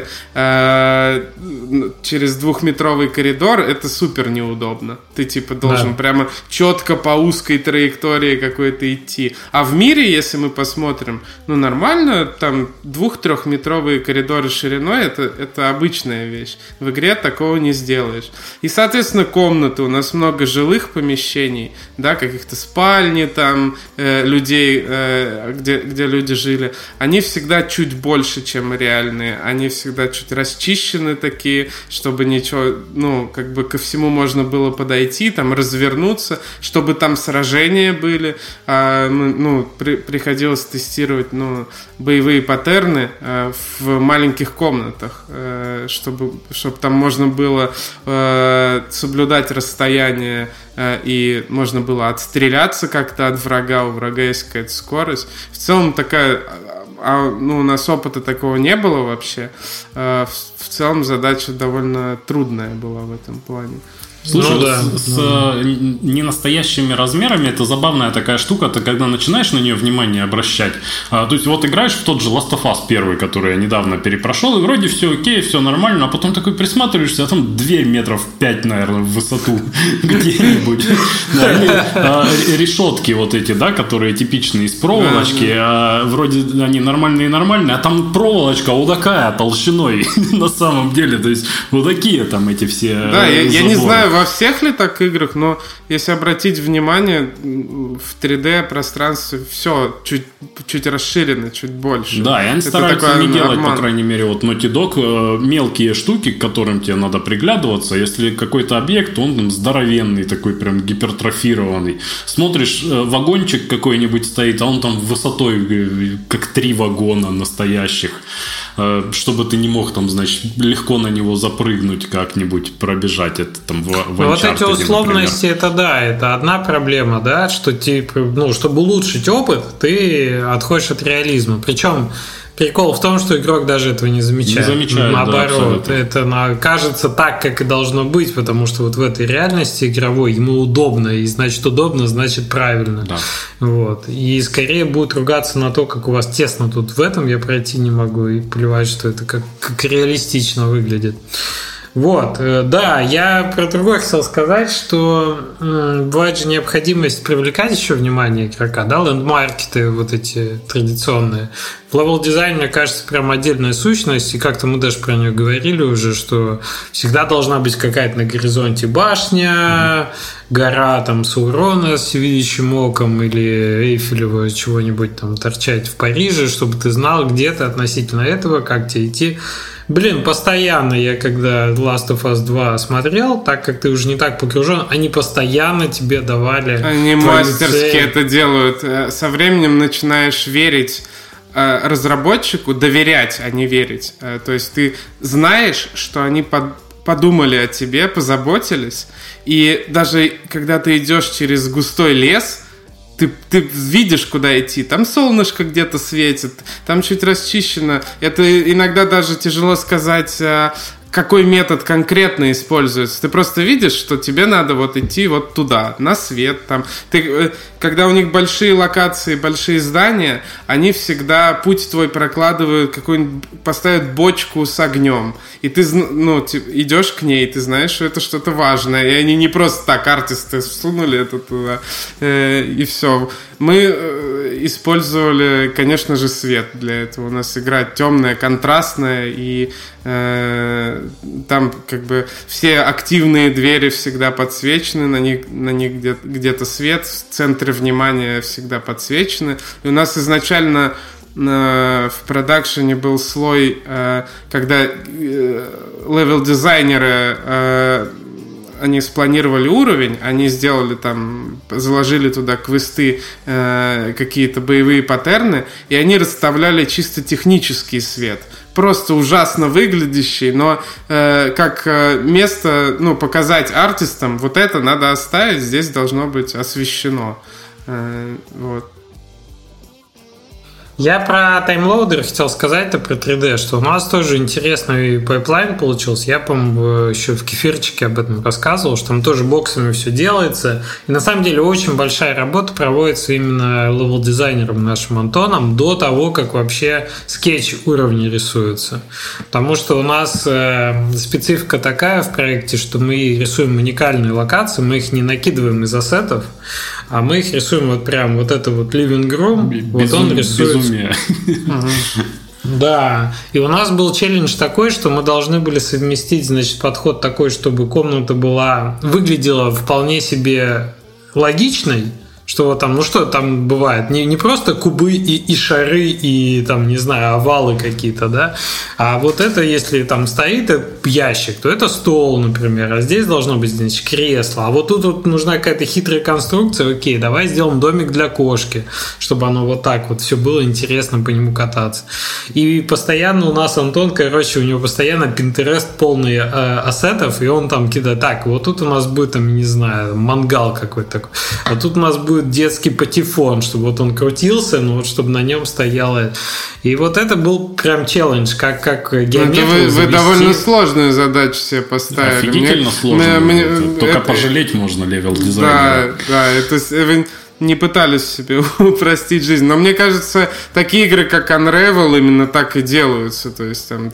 S3: через 2-метровый коридор, это супер неудобно. Ты типа должен прямо четко по узкой траектории какой-то идти. А в мире, если мы посмотрим, нормально, там 2-3-метровые коридоры шириной это обычная вещь. В игре такого не сделаешь. И, соответственно, комнаты. У нас много жилых помещений, да, каких-то спальни там людей, где люди жили. Они всегда чуть больше, чем реальные. Они всегда чуть расчищены такие, чтобы ничего, как бы ко всему можно было подойти, там развернуться, чтобы там сражения были. Приходилось тестировать, боевые паттерны в маленьких комнатах, чтобы там можно было соблюдать расстояние и можно было отстреляться как-то от врага, у врага есть какая-то скорость. В целом такая... у нас опыта такого не было вообще. В целом задача довольно трудная была в этом плане.
S2: Слушай, с ненастоящими размерами это забавная такая штука, ты когда начинаешь на нее внимание обращать, то есть вот играешь в тот же Last of Us 1, который я недавно перепрошел, и вроде все окей, все нормально, а потом такой присматриваешься, а там дверь 5 метров, наверное, в высоту где-нибудь. Решетки вот эти, да, которые типичные из проволочки, вроде они нормальные, а там проволочка вот такая толщиной на самом деле, то есть вот такие там эти все.
S3: Да, я не знаю, во всех ли так играх, но если обратить внимание, в 3D пространстве все чуть расширено, чуть больше.
S2: Да, и они стараются не делать, по крайней мере, вот Naughty Dog, мелкие штуки, к которым тебе надо приглядываться. Если какой-то объект, он там здоровенный, такой прям гипертрофированный. Смотришь, вагончик какой-нибудь стоит, а он там высотой как 3 вагона настоящих. Чтобы ты не мог там, значит, легко на него запрыгнуть как-нибудь, пробежать это там в
S1: вот эти условности, например. Это да, это одна проблема, да, что типа, чтобы улучшить опыт, ты отходишь от реализма. Причем прикол в том, что игрок даже этого не замечает. Наоборот, да, это кажется так, как и должно быть, потому что вот в этой реальности игровой ему удобно, и значит удобно, значит правильно.
S2: Да.
S1: Вот. И скорее будет ругаться на то, как у вас тесно тут в этом, я пройти не могу, и плевать, что это как реалистично выглядит. Вот, да, я про другое хотел сказать, что бывает же необходимость привлекать еще внимание игрока, да, лендмаркеты вот эти традиционные. В левел-дизайне, мне кажется, прям отдельная сущность, и как-то мы даже про нее говорили уже, что всегда должна быть какая-то на горизонте башня, гора там Саурона с видящим оком или Эйфелева чего-нибудь там торчать в Париже, чтобы ты знал, где ты относительно этого, как тебе идти. Блин, постоянно я, когда Last of Us 2 смотрел, так как ты уже не так погружен, они постоянно тебе давали...
S3: Они мастерски это делают. Со временем начинаешь верить разработчику, доверять, а не верить. То есть ты знаешь, что они подумали о тебе, позаботились, и даже когда ты идешь через густой лес, ты видишь, куда идти. Там солнышко где-то светит, там чуть расчищено. Это иногда даже тяжело сказать, какой метод конкретно используется. Ты просто видишь, что тебе надо вот идти вот туда, на свет. Там. Когда у них большие локации, большие здания, они всегда путь твой прокладывают, поставят бочку с огнем. И ты идешь к ней, ты знаешь, что это что-то важное. И они не просто так, артисты всунули это туда, и все. Мы использовали, конечно же, свет для этого. У нас игра темная, контрастная, и там как бы все активные двери всегда подсвечены, на них где-то свет, в центре внимания всегда подсвечены. И у нас изначально в продакшене был слой, когда левел-дизайнеры они спланировали уровень, они сделали там, заложили туда квесты, какие-то боевые паттерны, и они расставляли чисто технический свет. Просто ужасно выглядящий, но как место, показать артистам, вот это надо оставить, здесь должно быть освещено. Вот.
S1: Я про таймлоудер хотел сказать-то про 3D, что у нас тоже интересный пайплайн получился. Я, по-моему, еще в кефирчике об этом рассказывал, что там тоже боксами все делается. И на самом деле очень большая работа проводится именно левел-дизайнером нашим Антоном до того, как вообще скетч уровня рисуется. Потому что у нас специфика такая в проекте, что мы рисуем уникальные локации, мы их не накидываем из ассетов, а мы их рисуем вот прям вот это вот living room, вот он рисует. Да, и у нас был челлендж такой, что мы должны были совместить, значит, подход такой, чтобы комната выглядела вполне себе логичной, что вот там, что там бывает, не просто кубы и шары, и там, не знаю, овалы какие-то, да, а вот это, если там стоит ящик, то это стол, например, а здесь должно быть, значит, кресло, а вот тут нужна какая-то хитрая конструкция, окей, давай сделаем домик для кошки, чтобы оно вот так вот все было интересно по нему кататься. И постоянно у нас Антон, короче, у него постоянно Pinterest полный ассетов, и он там кидает, так, вот тут у нас будет, там, не знаю, мангал какой-то такой, а тут у нас будет детский патефон, чтобы вот он крутился, но вот чтобы на нем стояло. И вот это был прям челлендж, как геометрию
S3: вы довольно сложную задачу себе поставили.
S2: Офигительно сложно. Только пожалеть можно левел дизайнера.
S3: Да, это не пытались себе упростить жизнь. Но мне кажется, такие игры, как Unravel, именно так и делаются. То есть, там,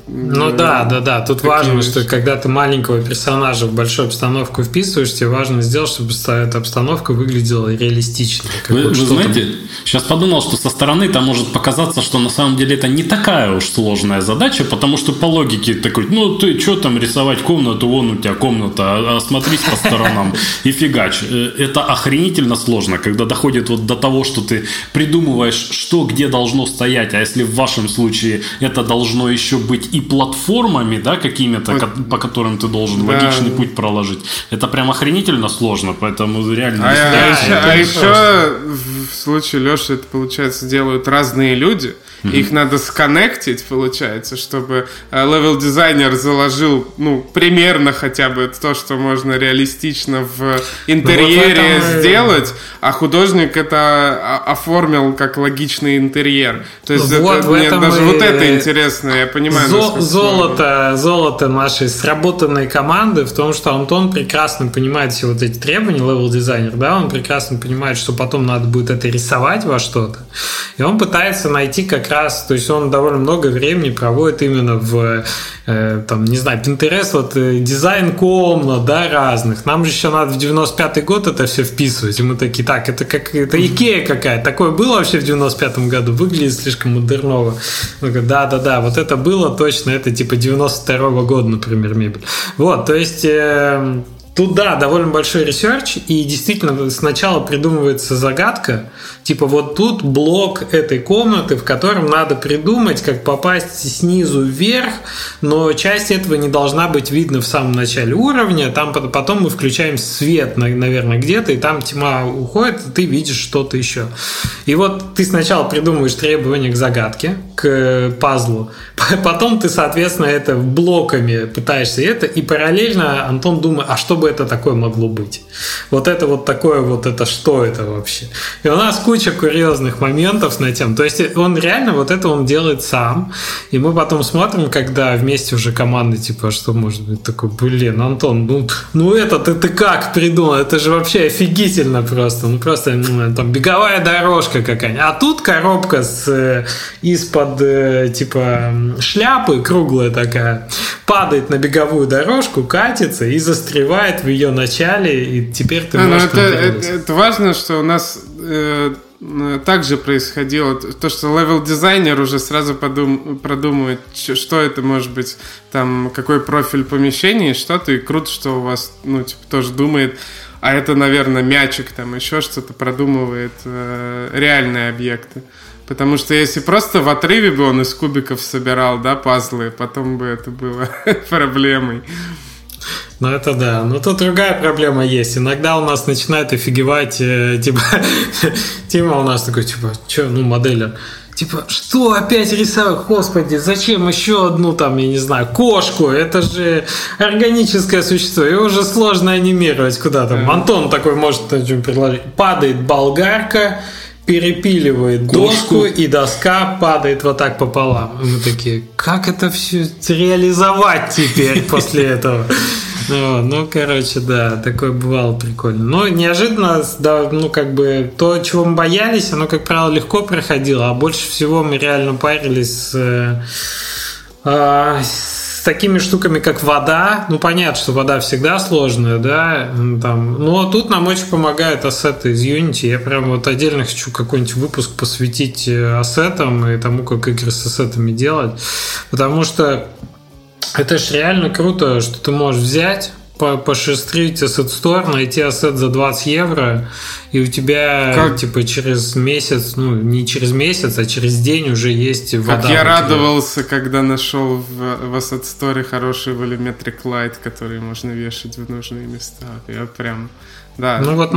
S1: да. Тут важно, что когда ты маленького персонажа в большую обстановку вписываешь, тебе важно сделать, чтобы эта обстановка выглядела реалистично.
S2: Вы знаете, сейчас подумал, что со стороны там может показаться, что на самом деле это не такая уж сложная задача, потому что по логике такой, ты что там рисовать комнату, вон у тебя комната, осмотрись по сторонам и фигач. Это охренительно сложно, когда доходит вот до того, что ты придумываешь, что где должно стоять, а если в вашем случае это должно еще быть и платформами, да, какими-то, по которым ты должен логичный путь проложить, это прям охренительно сложно, поэтому реально...
S3: А еще в случае Леши это, получается, делают разные люди, их надо сконнектить, получается, чтобы левел-дизайнер заложил, примерно хотя бы то, что можно реалистично в интерьере сделать, а художник это оформил как логичный интерьер. То есть мне даже вот это интересно, я понимаю.
S1: Золото нашей сработанной команды в том, что Антон прекрасно понимает все вот эти требования, левел-дизайнер, да, он прекрасно понимает, что потом надо будет это рисовать во что-то. И он пытается найти как раз, то есть он довольно много времени проводит именно в, там, не знаю, Pinterest, вот дизайн комнат, да, разных. Нам же еще надо в 95-й год это все вписывать. И мы такие, так, это как это Икея какая-то. Такое было вообще в 95-м году? Выглядит слишком модерново. Да, вот это было точно, это типа 92-го года, например, мебель. Вот, то есть... Тут, да, довольно большой ресерч, и действительно сначала придумывается загадка, типа вот тут блок этой комнаты, в котором надо придумать, как попасть снизу вверх, но часть этого не должна быть видна в самом начале уровня, там потом мы включаем свет, наверное, где-то, и там тьма уходит, и ты видишь что-то еще. И вот ты сначала придумываешь требования к загадке, к пазлу, потом ты, соответственно, это блоками пытаешься это, и параллельно Антон думает, а что бы это такое могло быть? Вот это вот такое, вот это что это вообще? И у нас куча курьезных моментов на тему. То есть он реально вот это он делает сам, и мы потом смотрим, когда вместе уже команда, типа, что может быть такое, блин, Антон, ну это ты как придумал? Это же вообще офигительно просто. Ну просто там беговая дорожка какая-нибудь. А тут коробка из-под типа шляпы круглая такая, падает на беговую дорожку, катится и застревает в ее начале, и теперь ты можешь контролировать.
S3: Это важно, что у нас также происходило то, что левел-дизайнер уже сразу продумывает, что это может быть, там, какой профиль помещения, что-то, и круто, что у вас, ну, типа, тоже думает, а это, наверное, мячик, там, еще что-то продумывает, реальные объекты. Потому что если просто в отрыве бы он из кубиков собирал, да, пазлы, потом бы это было проблемой.
S1: Ну, это да. Но тут другая проблема есть. Иногда у нас начинает офигевать, типа, Тима у нас такой, типа, что, ну, моделер. Типа, что опять рисовать? Господи, зачем еще одну, там, я не знаю, кошку? Это же органическое существо. Его уже сложно анимировать куда там. Антон такой может предложить. Падает болгарка, перепиливает доску, и доска падает вот так пополам. И мы такие, как это все реализовать теперь после этого? Ну, короче, да, такое бывало прикольно. Но неожиданно, да, ну, как бы, то, чего мы боялись, оно, как правило, легко проходило, а больше всего мы реально парились с такими штуками, как вода. Ну, понятно, что вода всегда сложная, да, там. Но тут нам очень помогают ассеты из Unity. Я прям вот отдельно хочу какой-нибудь выпуск посвятить ассетам и тому, как игры с ассетами делать. Потому что это ж реально круто, что ты можешь взять, пошестрить Asset Store, найти ассет за 20 евро, и у тебя типа через месяц, ну не через месяц, а через день уже есть вода.
S3: Как я радовался, когда нашел в Asset Store хороший Volumetric Light, который можно вешать в нужные места. Я прям... Да.
S1: Ну вот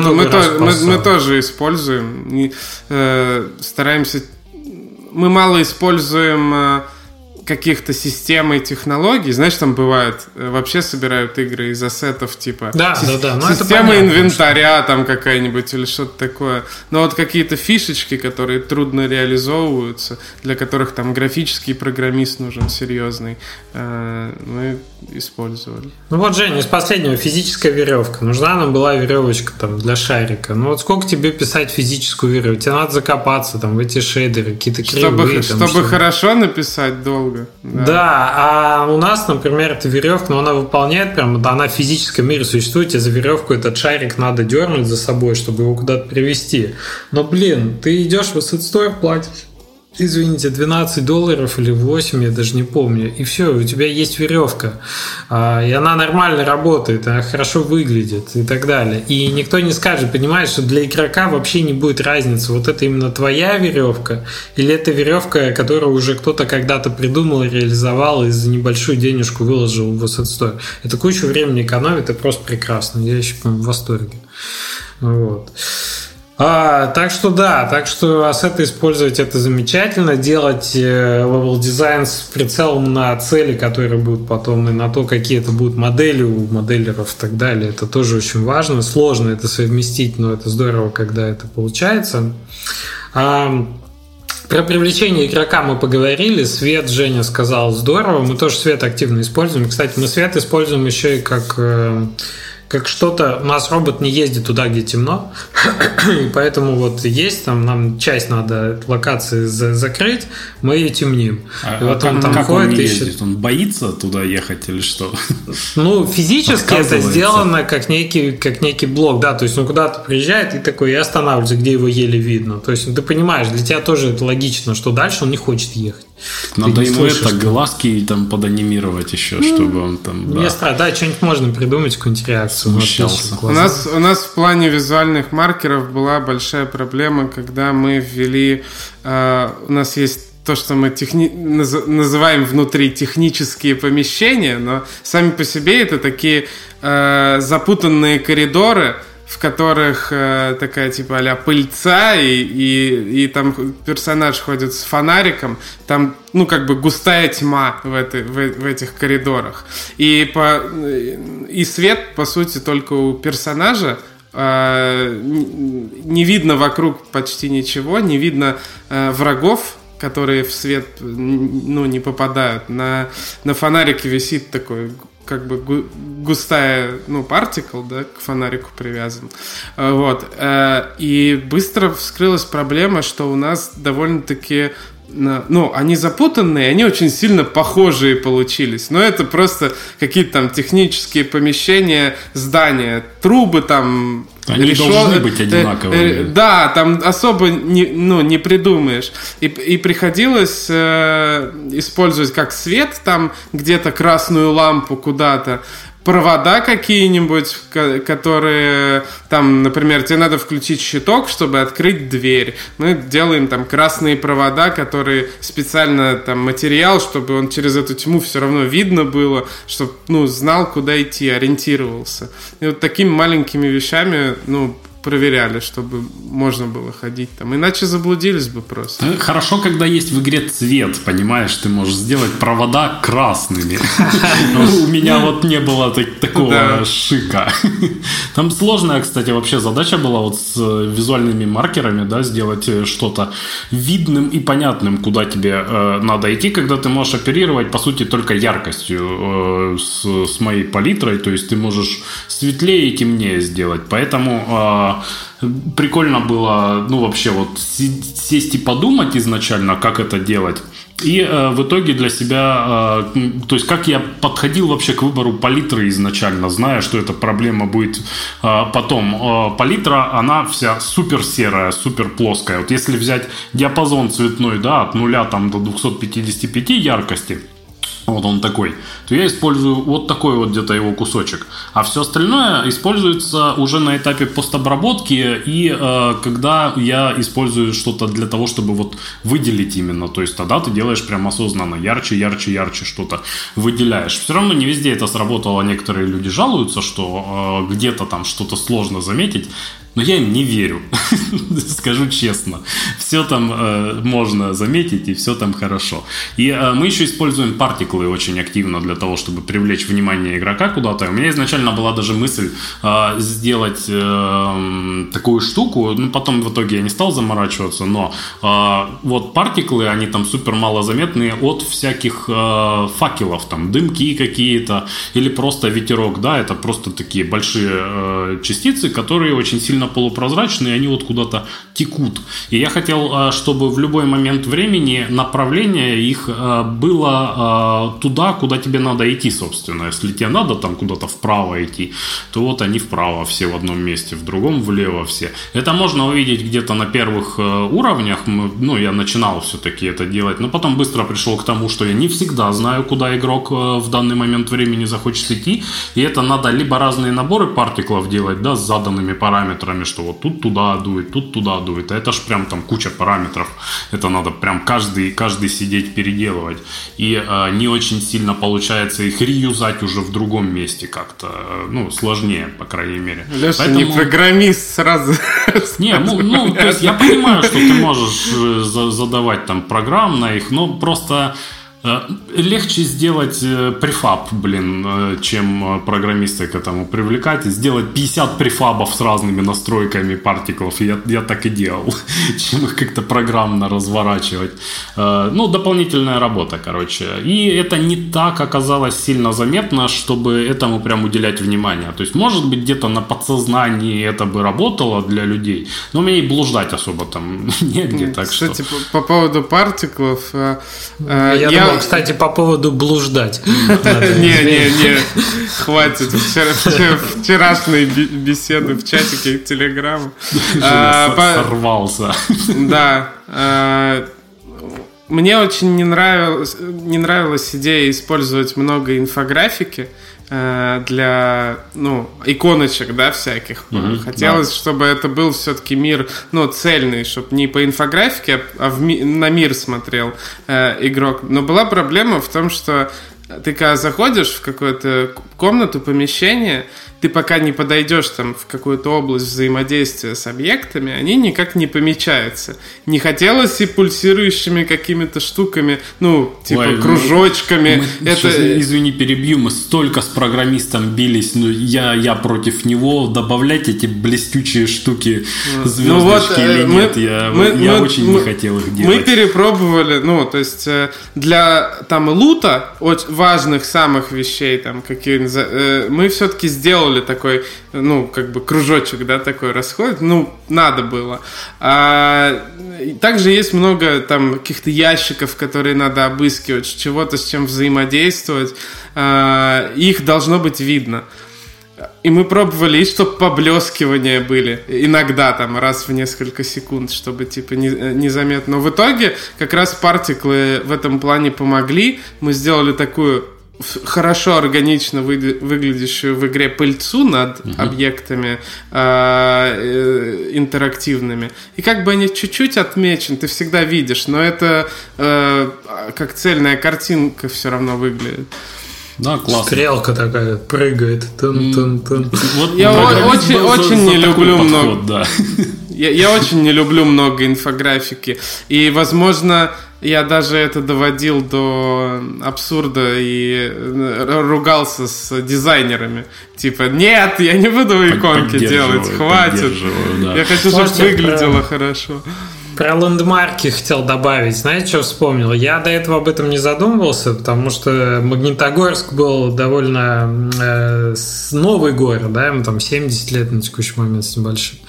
S3: мы тоже используем. И, стараемся... Мы мало используем... каких-то систем и технологий. Знаешь, там бывает, вообще собирают игры из ассетов, типа система инвентаря там какая-нибудь или что-то такое. Но вот какие-то фишечки, которые трудно реализовываются, для которых там графический программист нужен серьезный, мы использовали.
S1: Ну вот, Женя, из последнего физическая веревка. Нужна нам была веревочка там для шарика. Ну вот сколько тебе писать физическую веревку? Тебе надо закопаться там в эти шейдеры, какие-то кривые.
S3: Чтобы хорошо написать долго.
S1: Да, а у нас, например, эта веревка, но она выполняет прям, она в физическом мире существует, и за веревку этот шарик надо дернуть за собой, чтобы его куда-то привезти. Но, блин, ты идешь в Asset Store, платишь, извините, $12 или 8, я даже не помню, и все, у тебя есть веревка, и она нормально работает, она хорошо выглядит и так далее. И никто не скажет, понимаешь, что для игрока вообще не будет разницы, вот это именно твоя веревка или это веревка, которую уже кто-то когда-то придумал и реализовал и за небольшую денежку выложил в Asset Store. Это кучу времени экономит, это просто прекрасно, я еще в восторге. Вот. Так что ассеты использовать это замечательно, делать level дизайн с прицелом на цели, которые будут потом, и на то, какие это будут модели у моделеров и так далее, это тоже очень важно, сложно это совместить, но это здорово, когда это получается. Про привлечение игрока мы поговорили, свет Женя сказал здорово, мы тоже свет активно используем, кстати, мы свет используем еще и как как что-то... У нас робот не ездит туда, где темно, и поэтому вот есть там, нам часть надо локации закрыть, мы ее темним.
S2: И вот он там ходит, он не ездит? Он боится туда ехать или что?
S1: Ну, физически это сделано как некий блок, да, то есть он куда-то приезжает и такой, и останавливается, где его еле видно. То есть ты понимаешь, для тебя тоже это логично, что дальше он не хочет ехать.
S2: Надо ему глазки там поданимировать еще, чтобы он там...
S1: Да, что-нибудь можно придумать, какую-нибудь реакцию.
S3: У нас в плане визуальных маркеров была большая проблема, когда мы ввели... у нас есть то, что мы называем внутри технические помещения, но сами по себе это такие запутанные коридоры, в которых такая типа а-ля пыльца, и там персонаж ходит с фонариком, там, ну, как бы густая тьма в этих коридорах. И свет, по сути, только у персонажа, не видно вокруг почти ничего, не видно врагов, которые в свет, ну, не попадают. На фонарике висит такой как бы густая, ну, партикл, да, к фонарику привязан. Вот. И быстро вскрылась проблема, что у нас довольно-таки... Ну, они запутанные, они очень сильно похожие получились. Но это просто какие-то там технические помещения, здания, трубы там...
S2: Они должны быть одинаковыми.
S3: Да, там особо не придумаешь. И приходилось использовать как свет, там где-то красную лампу куда-то, провода какие-нибудь, которые там, например, тебе надо включить щиток, чтобы открыть дверь. Мы делаем там красные провода, которые специально там материал, чтобы он через эту тьму все равно видно было, чтобы, ну, знал, куда идти, ориентировался. И вот такими маленькими вещами, ну, проверяли, чтобы можно было ходить там. Иначе заблудились бы просто.
S2: Хорошо, когда есть в игре цвет, понимаешь, ты можешь сделать провода красными. У меня вот не было такого шика. Там сложная, кстати, вообще задача была вот с визуальными маркерами, да, сделать что-то видным и понятным, куда тебе надо идти, когда ты можешь оперировать, по сути, только яркостью с моей палитрой, то есть ты можешь светлее и темнее сделать. Поэтому прикольно было, ну, вообще вот сесть и подумать изначально, как это делать. И в итоге для себя, то есть как я подходил вообще к выбору палитры изначально, зная, что эта проблема будет потом. Палитра, она вся супер серая, супер плоская. Вот если взять диапазон цветной, да, от 0 там, до 255 яркости, вот он такой, то я использую вот такой вот где-то его кусочек. А все остальное используется уже на этапе постобработки и когда я использую что-то для того, чтобы вот выделить именно. То есть тогда ты делаешь прям осознанно ярче, ярче, ярче что-то выделяешь. Все равно не везде это сработало. Некоторые люди жалуются, что где-то там что-то сложно заметить. Но я им не верю, скажу честно. Все там можно заметить, и все там хорошо. И мы еще используем партиклы очень активно для того, чтобы привлечь внимание игрока куда-то. У меня изначально была даже мысль сделать такую штуку. Ну, потом в итоге я не стал заморачиваться, но вот партиклы, они там супер малозаметные от всяких факелов, там дымки какие-то, или просто ветерок, да, это просто такие большие частицы, которые очень сильно полупрозрачные, они вот куда-то текут. И я хотел, чтобы в любой момент времени направление их было туда, куда тебе надо идти, собственно. Если тебе надо там куда-то вправо идти, то вот они вправо все в одном месте, в другом влево все. Это можно увидеть где-то на первых уровнях. Ну, я начинал все-таки это делать, но потом быстро пришел к тому, что я не всегда знаю, куда игрок в данный момент времени захочет идти. И это надо либо разные наборы партиклов делать, да, с заданными параметрами, что вот тут туда дует, тут туда дует. А это ж прям там куча параметров. Это надо прям каждый сидеть переделывать. И не очень сильно получается их реюзать уже в другом месте как-то. Ну, сложнее, по крайней мере.
S3: Леша, поэтому... не программист сразу.
S2: Не, ну, то есть я понимаю, что ты можешь задавать там программно их, но просто Легче сделать префаб, чем программиста к этому привлекать. И сделать 50 префабов с разными настройками партиклов. Я так и делал. Чем их как-то программно разворачивать. Дополнительная работа, короче. И это не так оказалось сильно заметно, чтобы этому прям уделять внимание. То есть, может быть, где-то на подсознании это бы работало для людей. Но мне и блуждать особо там негде. Так
S3: кстати,
S2: что...
S3: по поводу партиклов...
S1: Кстати, по поводу блуждать.
S3: Не, хватит. Вчерашние беседы в чатике Телеграма.
S2: Сорвался.
S3: Да. Мне очень не нравилась идея использовать много инфографики для, иконочек, да, всяких. Хотелось, чтобы это был все-таки мир, цельный, чтобы не по инфографике, а на мир смотрел игрок. Но была проблема в том, что ты когда заходишь в какую-то комнату, помещение, ты пока не подойдешь там в какую-то область взаимодействия с объектами, они никак не помечаются. Не хотелось и пульсирующими какими-то штуками, кружочками.
S2: Извини, перебью, мы столько с программистом бились, я против него. Добавлять эти блестючие штуки, звездочки или нет, я очень не хотел их делать.
S3: Мы перепробовали, для там лута, очень важных самых вещей, там, мы все-таки сделали такой, кружочек, да, такой расходит, надо было. Также есть много там каких-то ящиков, которые надо обыскивать, чего-то, с чем взаимодействовать. Их должно быть видно. И мы пробовали, чтобы поблескивания были. Иногда там раз в несколько секунд, чтобы незаметно. Но в итоге как раз партиклы в этом плане помогли. Мы сделали такую хорошо органично выглядящую в игре пыльцу над объектами интерактивными. И как бы они чуть-чуть отмечены, ты всегда видишь, но это как цельная картинка все равно выглядит.
S2: Да, классно.
S1: Стрелка такая прыгает.
S3: Я очень не люблю много. Я очень не люблю много инфографики. И, возможно, я даже это доводил до абсурда и ругался с дизайнерами. Нет, я не буду иконки делать, хватит. Да. Я хочу, чтобы выглядело хорошо.
S1: Про лендмарки хотел добавить. Знаете, что вспомнил? Я до этого об этом не задумывался, потому что Магнитогорск был довольно новый город, да, ему там 70 лет на текущий момент с небольшим.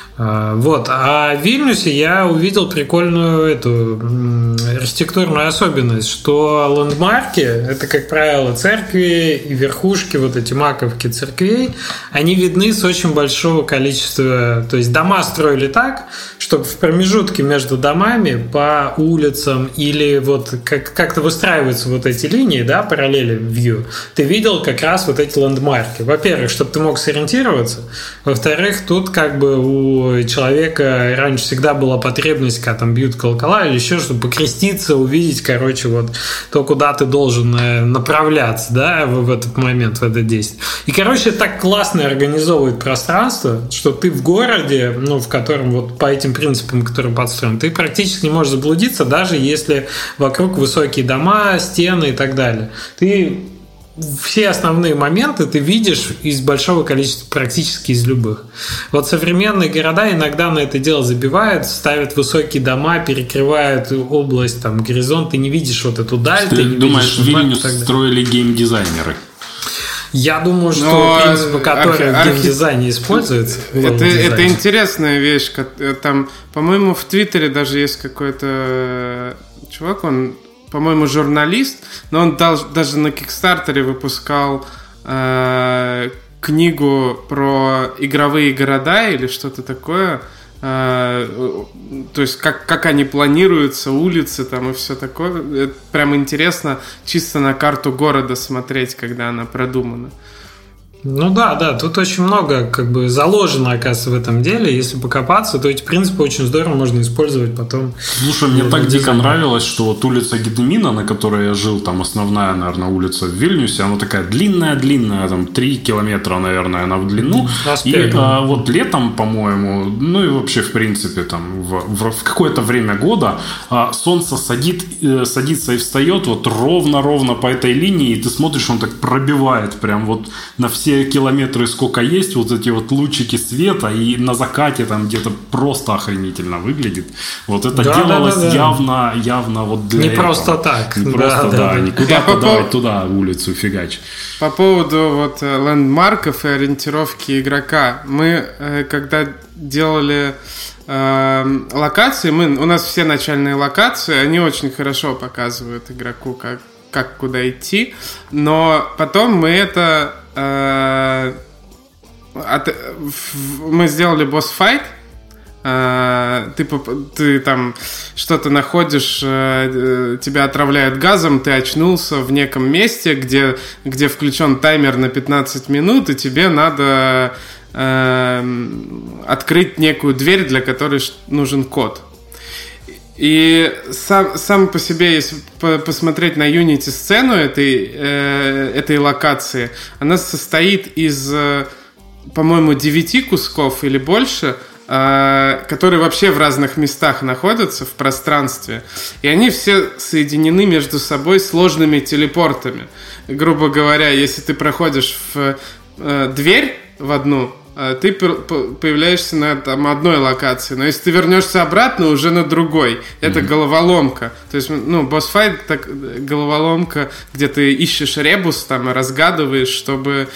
S1: А в Вильнюсе я увидел прикольную архитектурную особенность, что лендмарки, это, как правило, церкви и верхушки, эти маковки церквей, они видны с очень большого количества, то есть дома строили так, чтобы в промежутке между домами по улицам или как-то выстраиваются эти линии, да, параллели в view, ты видел как раз эти лендмарки. Во-первых, чтобы ты мог сориентироваться, во-вторых, тут как бы у человека раньше всегда была потребность, когда там бьют колокола или еще, чтобы покреститься, увидеть, то, куда ты должен направляться, да, в этот момент, в это действие. И, это так классно организовывает пространство, что ты в городе, в котором по этим принципам, которые подстроены, ты практически не можешь заблудиться, даже если вокруг высокие дома, стены и так далее. Ты все основные моменты ты видишь из большого количества, практически из любых. Современные города иногда на это дело забивают, ставят высокие дома, перекрывают область, горизонт, ты не видишь эту даль.
S2: Ты думаешь, Вильнюс строили геймдизайнеры?
S1: Я думаю, что принципы, которые в геймдизайне используются.
S3: Это интересная вещь. Там, по-моему, в Твиттере даже есть какой-то чувак, он, по-моему, журналист, но он даже на Кикстартере выпускал книгу про игровые города или что-то такое. То есть как они планируются, улицы там и все такое. Это прям интересно чисто на карту города смотреть, когда она продумана.
S1: Ну да, тут очень много как бы заложено, оказывается, в этом деле. Если покопаться, то эти принципы очень здорово можно использовать потом.
S2: Слушай, мне так дико нравилось, что вот улица Гедемина, на которой я жил, там основная, наверное, улица в Вильнюсе, она такая длинная, там 3 километра, наверное, она в длину. И вот летом, по-моему, ну и вообще, в принципе, там в какое-то время года солнце садится и встает вот ровно по этой линии, и ты смотришь, он так пробивает прям вот на все километры, сколько есть, вот эти вот лучики света, и на закате там где-то просто охренительно выглядит. Вот это делалось явно вот для
S1: не
S2: этого.
S1: Просто так.
S2: Не просто, не куда-то давай туда улицу фигач.
S3: По поводу вот лендмарков и ориентировки игрока. Мы, когда делали локации, у нас все начальные локации, они очень хорошо показывают игроку, как куда идти, но потом мы это мы сделали босс-файт. Ты там что-то находишь, тебя отравляют газом, ты очнулся в неком месте, где включен таймер на 15 минут, и тебе надо открыть некую дверь, для которой нужен код. И сам по себе, если посмотреть на Unity сцену этой локации, она состоит из, по-моему, 9 кусков или больше, которые вообще в разных местах находятся в пространстве. И они все соединены между собой сложными телепортами. Грубо говоря, если ты проходишь в дверь в одну, ты появляешься на одной локации, но если ты вернешься обратно, уже на другой. Это головоломка. То есть, босс-файт — так головоломка, где ты ищешь ребус там и разгадываешь, чтобы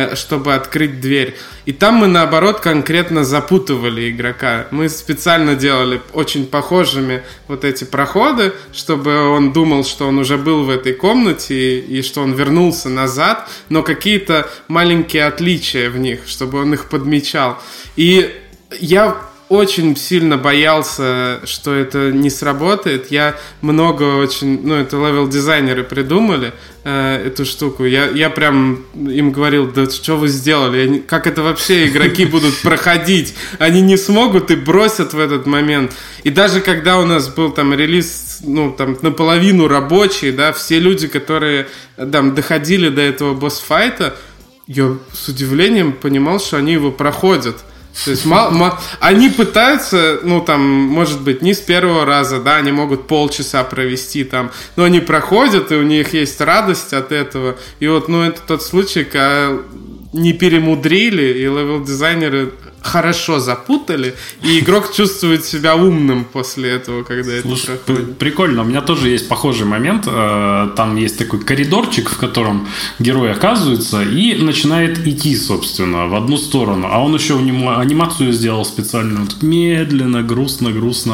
S3: открыть дверь. И там мы, наоборот, конкретно запутывали игрока. Мы специально делали очень похожими вот эти проходы, чтобы он думал, что он уже был в этой комнате и что он вернулся назад, но какие-то маленькие отличия в них, чтобы он их подмечал. И я очень сильно боялся, что это не сработает. Я много очень... это левел-дизайнеры придумали эту штуку. Я прям им говорил, да что вы сделали? Как это вообще игроки будут проходить? Они не смогут и бросят в этот момент. И даже когда у нас был там релиз, там наполовину рабочий, да, все люди, которые там доходили до этого босс-файта, я с удивлением понимал, что они его проходят. То есть они пытаются, может быть, не с первого раза, да, они могут полчаса провести там, но они проходят, и у них есть радость от этого. И вот, это тот случай, когда не перемудрили, и левел-дизайнеры хорошо запутали, и игрок чувствует себя умным после этого, когда это проходит.
S2: Прикольно, у меня тоже есть похожий момент. Там есть такой коридорчик, в котором герой оказывается и начинает идти, собственно, в одну сторону. А он еще у него анимацию сделал специальную. Он так медленно, грустно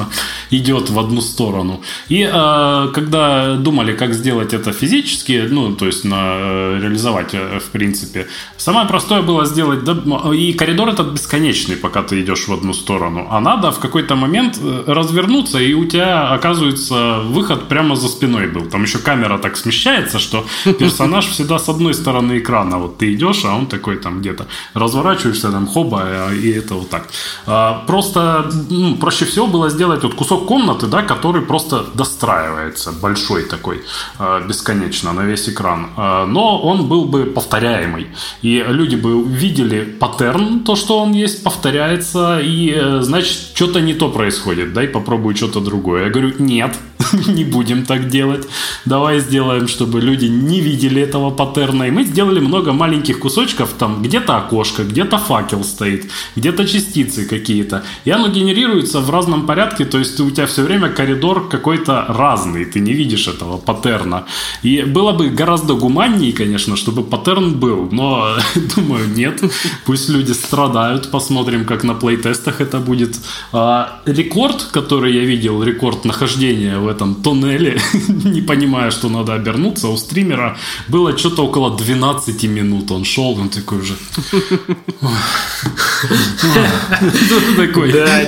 S2: идет в одну сторону. И когда думали, как сделать это физически, то есть реализовать, в принципе, самое простое было сделать, и коридор этот бесконечный, пока ты идешь в одну сторону. А надо в какой-то момент развернуться, и у тебя, оказывается, выход прямо за спиной был. Там еще камера так смещается, что персонаж всегда с одной стороны экрана. Вот ты идешь, а он такой там где-то разворачиваешься, там хоба, и это вот так. Просто проще всего было сделать вот кусок комнаты, да, который просто достраивается, большой такой, бесконечно на весь экран. Но он был бы повторяемый. И люди бы видели паттерн, то, что он есть, повторяется, и значит, что-то не то происходит. Дай попробую что-то другое. Я говорю, нет, не будем так делать. Давай сделаем, чтобы люди не видели этого паттерна. И мы сделали много маленьких кусочков. Там где-то окошко, где-то факел стоит, где-то частицы какие-то. И оно генерируется в разном порядке. То есть у тебя все время коридор какой-то разный. Ты не видишь этого паттерна. И было бы гораздо гуманнее, конечно, чтобы паттерн был. Но, думаю, нет. Пусть люди страдают, посмотрят посмотрим, как на плейтестах это будет. Рекорд, который я видел, рекорд нахождения в этом туннеле, не понимая, что надо обернуться, у стримера было что-то около 12 минут. Он шел, он такой уже... Такой,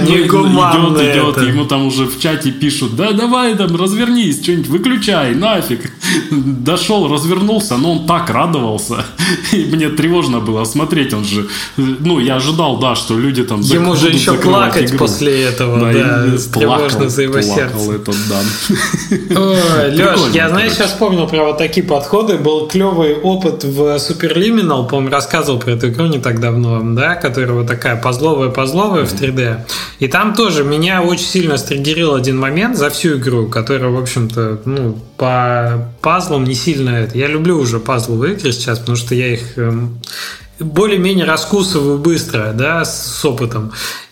S2: идет, ему там уже в чате пишут: да давай там развернись, что-нибудь выключай, нафиг. Дошел, развернулся, но он так радовался, и мне тревожно было смотреть. Он же, ну, я ожидал, да, что люди там
S1: ему же еще плакать игру. После этого, да, тревожно за его сердце.
S2: Этот, да.
S1: Леш, я, знаешь, сейчас вспомнил про вот такие подходы. Был клевый опыт в Superliminal, по-моему, рассказывал про эту игру не так давно, да, которая вот такая пазловая в 3D. И там тоже меня очень сильно стригерил один момент за всю игру, которая, в общем-то, ну, по пазлам не сильно это. Я люблю уже пазловые игры сейчас, потому что я их более-менее раскусываю быстро, да, с опытом.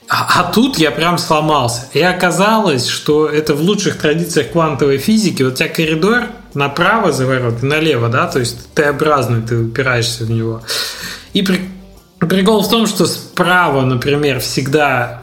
S1: А тут я прям сломался. И оказалось, что это в лучших традициях квантовой физики. Вот у тебя коридор направо заворот и налево, да, то есть Т-образный, ты упираешься в него. И прикол в том, что справа, например, всегда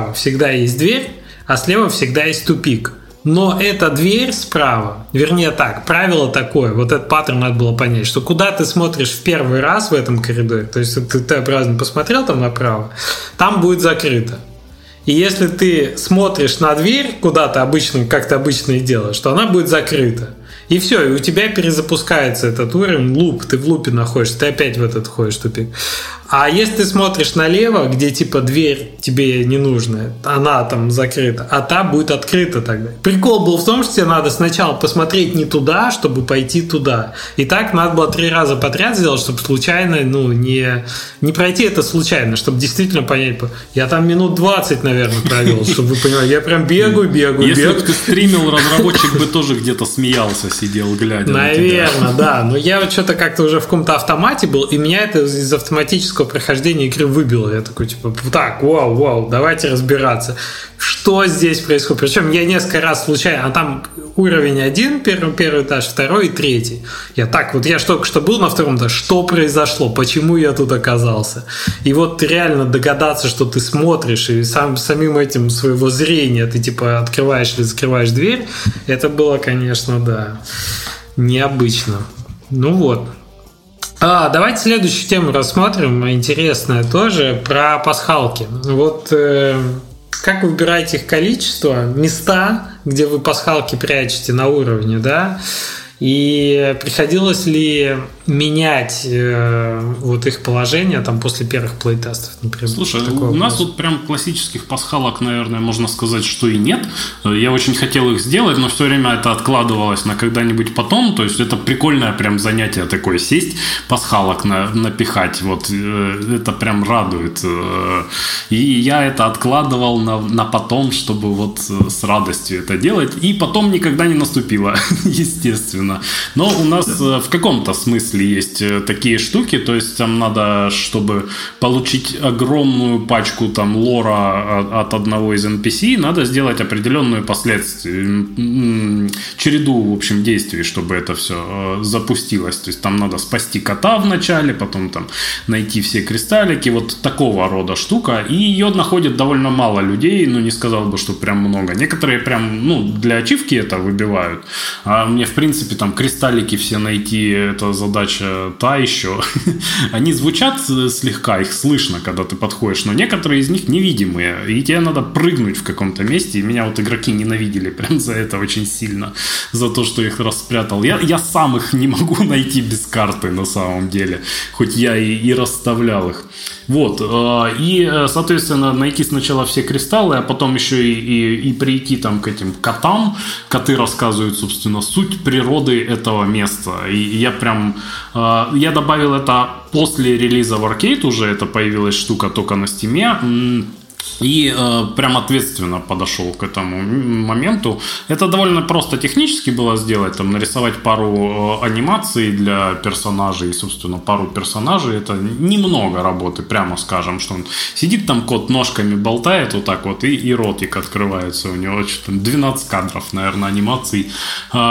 S1: есть дверь, а слева всегда есть тупик. Но эта дверь справа, вернее так, правило такое, вот этот паттерн надо было понять, что куда ты смотришь в первый раз в этом коридоре, то есть ты Т-образно посмотрел там направо, там будет закрыто. И если ты смотришь на дверь куда-то обычно, как ты обычно и делаешь, то она будет закрыта. И все, и у тебя перезапускается этот уровень, луп, ты в лупе находишься, ты опять в этот ходишь тупик. А если ты смотришь налево, где типа дверь тебе не нужная, она там закрыта, а та будет открыта тогда. Прикол был в том, что тебе надо сначала посмотреть не туда, чтобы пойти туда. И так надо было 3 раза подряд сделать, чтобы случайно, ну, не пройти это случайно, чтобы действительно понять. Я там минут 20, наверное, провел, чтобы вы понимали. Я прям бегаю.
S2: Если бы ты стримил, разработчик бы тоже где-то смеялся, сидел, глядя на тебя.
S1: Наверное, да. Но я вот что-то как-то уже в каком-то автомате был, и меня это из автоматического прохождения игры выбило. Я такой, типа, так, вау, давайте разбираться. Что здесь происходит? Причем я несколько раз случайно, а там уровень 1, первый этаж, 2 и 3. Я ж только что был на 2 этаже, что произошло? Почему я тут оказался? И вот реально догадаться, что ты смотришь, и самим этим своего зрения ты типа открываешь или закрываешь дверь, это было, конечно, да, необычно. Ну вот. Давайте следующую тему рассмотрим, интересная тоже, про пасхалки. Вот как вы выбираете их количество, места, где вы пасхалки прячете на уровне, да, и приходилось ли менять вот их положение там после первых плейтестов, например?
S2: Слушай, у нас тут прям классических пасхалок, наверное, можно сказать, что и нет. Я очень хотел их сделать, но все время это откладывалось на когда-нибудь потом. То есть это прикольное прям занятие такое, сесть, пасхалок напихать. Вот это прям радует. И я это откладывал на потом, чтобы вот с радостью это делать. И потом никогда не наступило, естественно. Но у нас в каком-то смысле есть такие штуки, то есть там надо, чтобы получить огромную пачку там лора от одного из NPC, надо сделать определенную последствия, череду, в общем, действий, чтобы это все запустилось. То есть там надо спасти кота в начале, потом там найти все кристаллики, вот такого рода штука. И ее находит довольно мало людей, ну не сказал бы, что прям много. Некоторые прям, ну, для ачивки это выбивают. А мне, в принципе, там кристаллики все найти, это задача та еще. Они звучат слегка, их слышно, когда ты подходишь, но некоторые из них невидимые, и тебе надо прыгнуть в каком-то месте, и меня вот игроки ненавидели прям за это очень сильно, за то, что их распрятал. Я сам их не могу найти без карты на самом деле, хоть я и расставлял их. Вот, и, соответственно, найти сначала все кристаллы, а потом еще и прийти там к этим котам. Коты рассказывают, собственно, суть природы этого места. И я прям, я добавил это после релиза в Arcade уже, это появилась штука только на Steam. И прям ответственно подошел к этому моменту. Это довольно просто технически было сделать. Там, нарисовать пару анимаций для персонажей. И, собственно, пару персонажей. Это немного работы, прямо скажем. Что он сидит там, кот ножками болтает вот так вот. И ротик открывается у него. Что-то 12 кадров, наверное, анимаций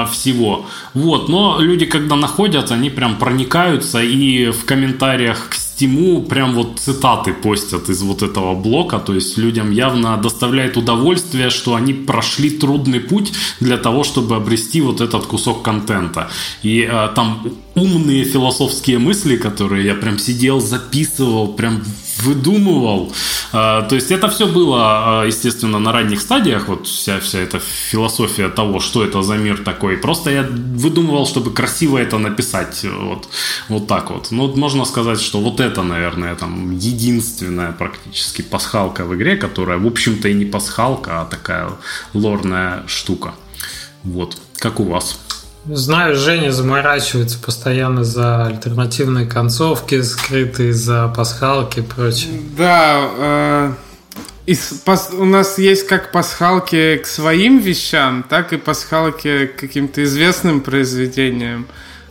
S2: всего. Вот. Но люди, когда находят, они прям проникаются. И в комментариях к Steam прям вот цитаты постят из вот этого блока, то есть людям явно доставляет удовольствие, что они прошли трудный путь для того, чтобы обрести вот этот кусок контента. И там умные философские мысли, которые я прям сидел, записывал, прям выдумывал. То есть это все было, естественно, на ранних стадиях, вот вся эта философия того, что это за мир такой. Просто я выдумывал, чтобы красиво это написать. Вот так вот. Ну, можно сказать, что вот это, наверное, там единственная практически пасхалка в игре, которая, в общем-то, и не пасхалка, а такая лорная штука. Вот. Как у вас?
S1: Знаю, Женя заморачивается постоянно за альтернативные концовки, скрытые за пасхалки и прочее.
S3: Да, у нас есть как пасхалки к своим вещам, так и пасхалки к каким-то известным произведениям.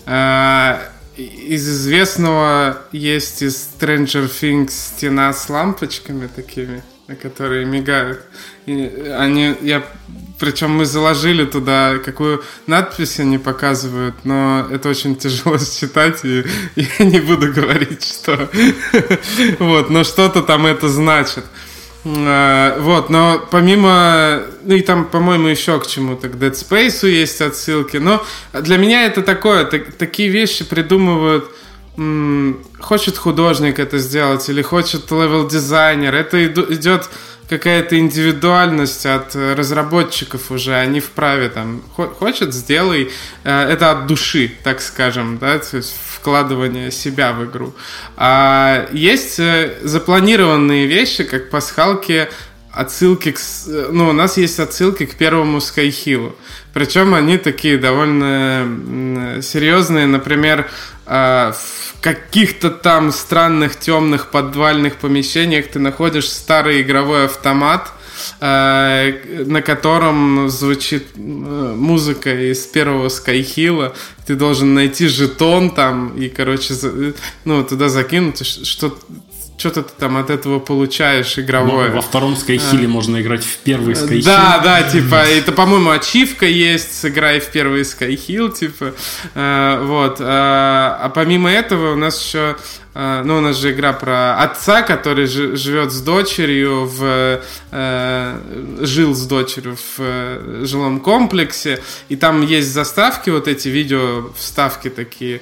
S3: Из известного есть из Stranger Things стена с лампочками такими, которые мигают. Причем мы заложили туда, какую надпись они показывают, но это очень тяжело считать, и я не буду говорить, что. Вот, но что-то там это значит. Вот, но помимо... Ну и там, по-моему, еще к чему-то, к Dead Space есть отсылки. Но для меня это такое, такие вещи придумывают... Хочет художник это сделать или хочет левел-дизайнер. Это идет какая-то индивидуальность от разработчиков уже. Они вправе там... Хочет, сделай. Это от души, так скажем, да, то есть вкладывание себя в игру. А есть запланированные вещи, как пасхалки, отсылки к... Ну, у нас есть отсылки к первому Skyhill. Причем они такие довольно серьезные. Например, в каких-то там странных темных подвальных помещениях ты находишь старый игровой автомат, на котором звучит музыка из первого Skyhill. Ты должен найти жетон там и, короче, туда закинуть, что-то ты там от этого получаешь игровое.
S2: Но во втором Skyhill можно играть в первый Skyhill.
S3: Да, типа, это, по-моему, ачивка есть, сыграй в первый Skyhill, типа, вот. А помимо этого у нас еще, у нас же игра про отца, который живет с дочерью, жил с дочерью в жилом комплексе, и там есть заставки, вот эти видео, вставки такие,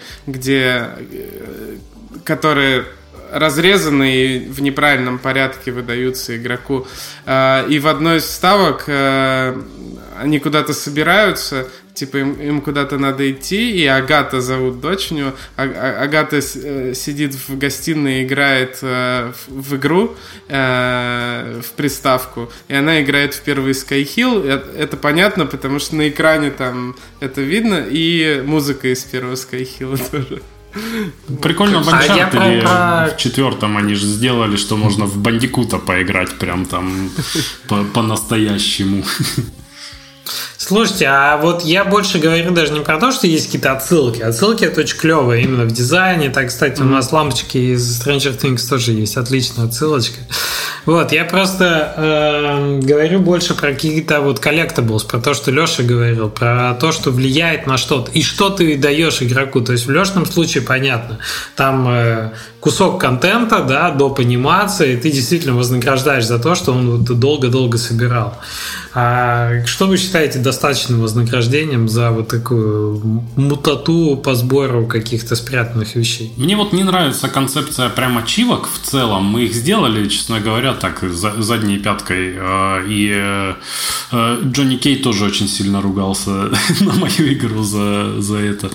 S3: которые разрезаны и в неправильном порядке выдаются игроку. И в одной из вставок они куда-то собираются, типа им куда-то надо идти, и Агата зовут дочь у него. Агата сидит в гостиной и играет в игру, в приставку, и она играет в первый Skyhill. Это понятно, потому что на экране там это видно, и музыка из первого Skyhill тоже.
S2: Прикольно в Uncharted в 4 они же сделали, что можно в Бандикута поиграть прям там по-настоящему.
S1: Слушайте, а вот я больше говорю даже не про то, что есть какие-то отсылки. Отсылки это очень клевые именно в дизайне. Так, кстати, у нас лампочки из Stranger Things тоже есть. Отличная отсылочка. Вот, я просто говорю больше про какие-то вот collectibles, про то, что Леша говорил, про то, что влияет на что-то. И что ты даешь игроку. То есть в Лешином случае понятно. Там кусок контента, да, доп. Анимации, ты действительно вознаграждаешь за то, что он вот долго-долго собирал. А что вы считаете достаточным вознаграждением за вот такую мутату по сбору каких-то спрятанных вещей?
S2: Мне вот не нравится концепция прям ачивок в целом. Мы их сделали, честно говоря, так, задней пяткой. И Джонни Кей тоже очень сильно ругался на мою игру за это.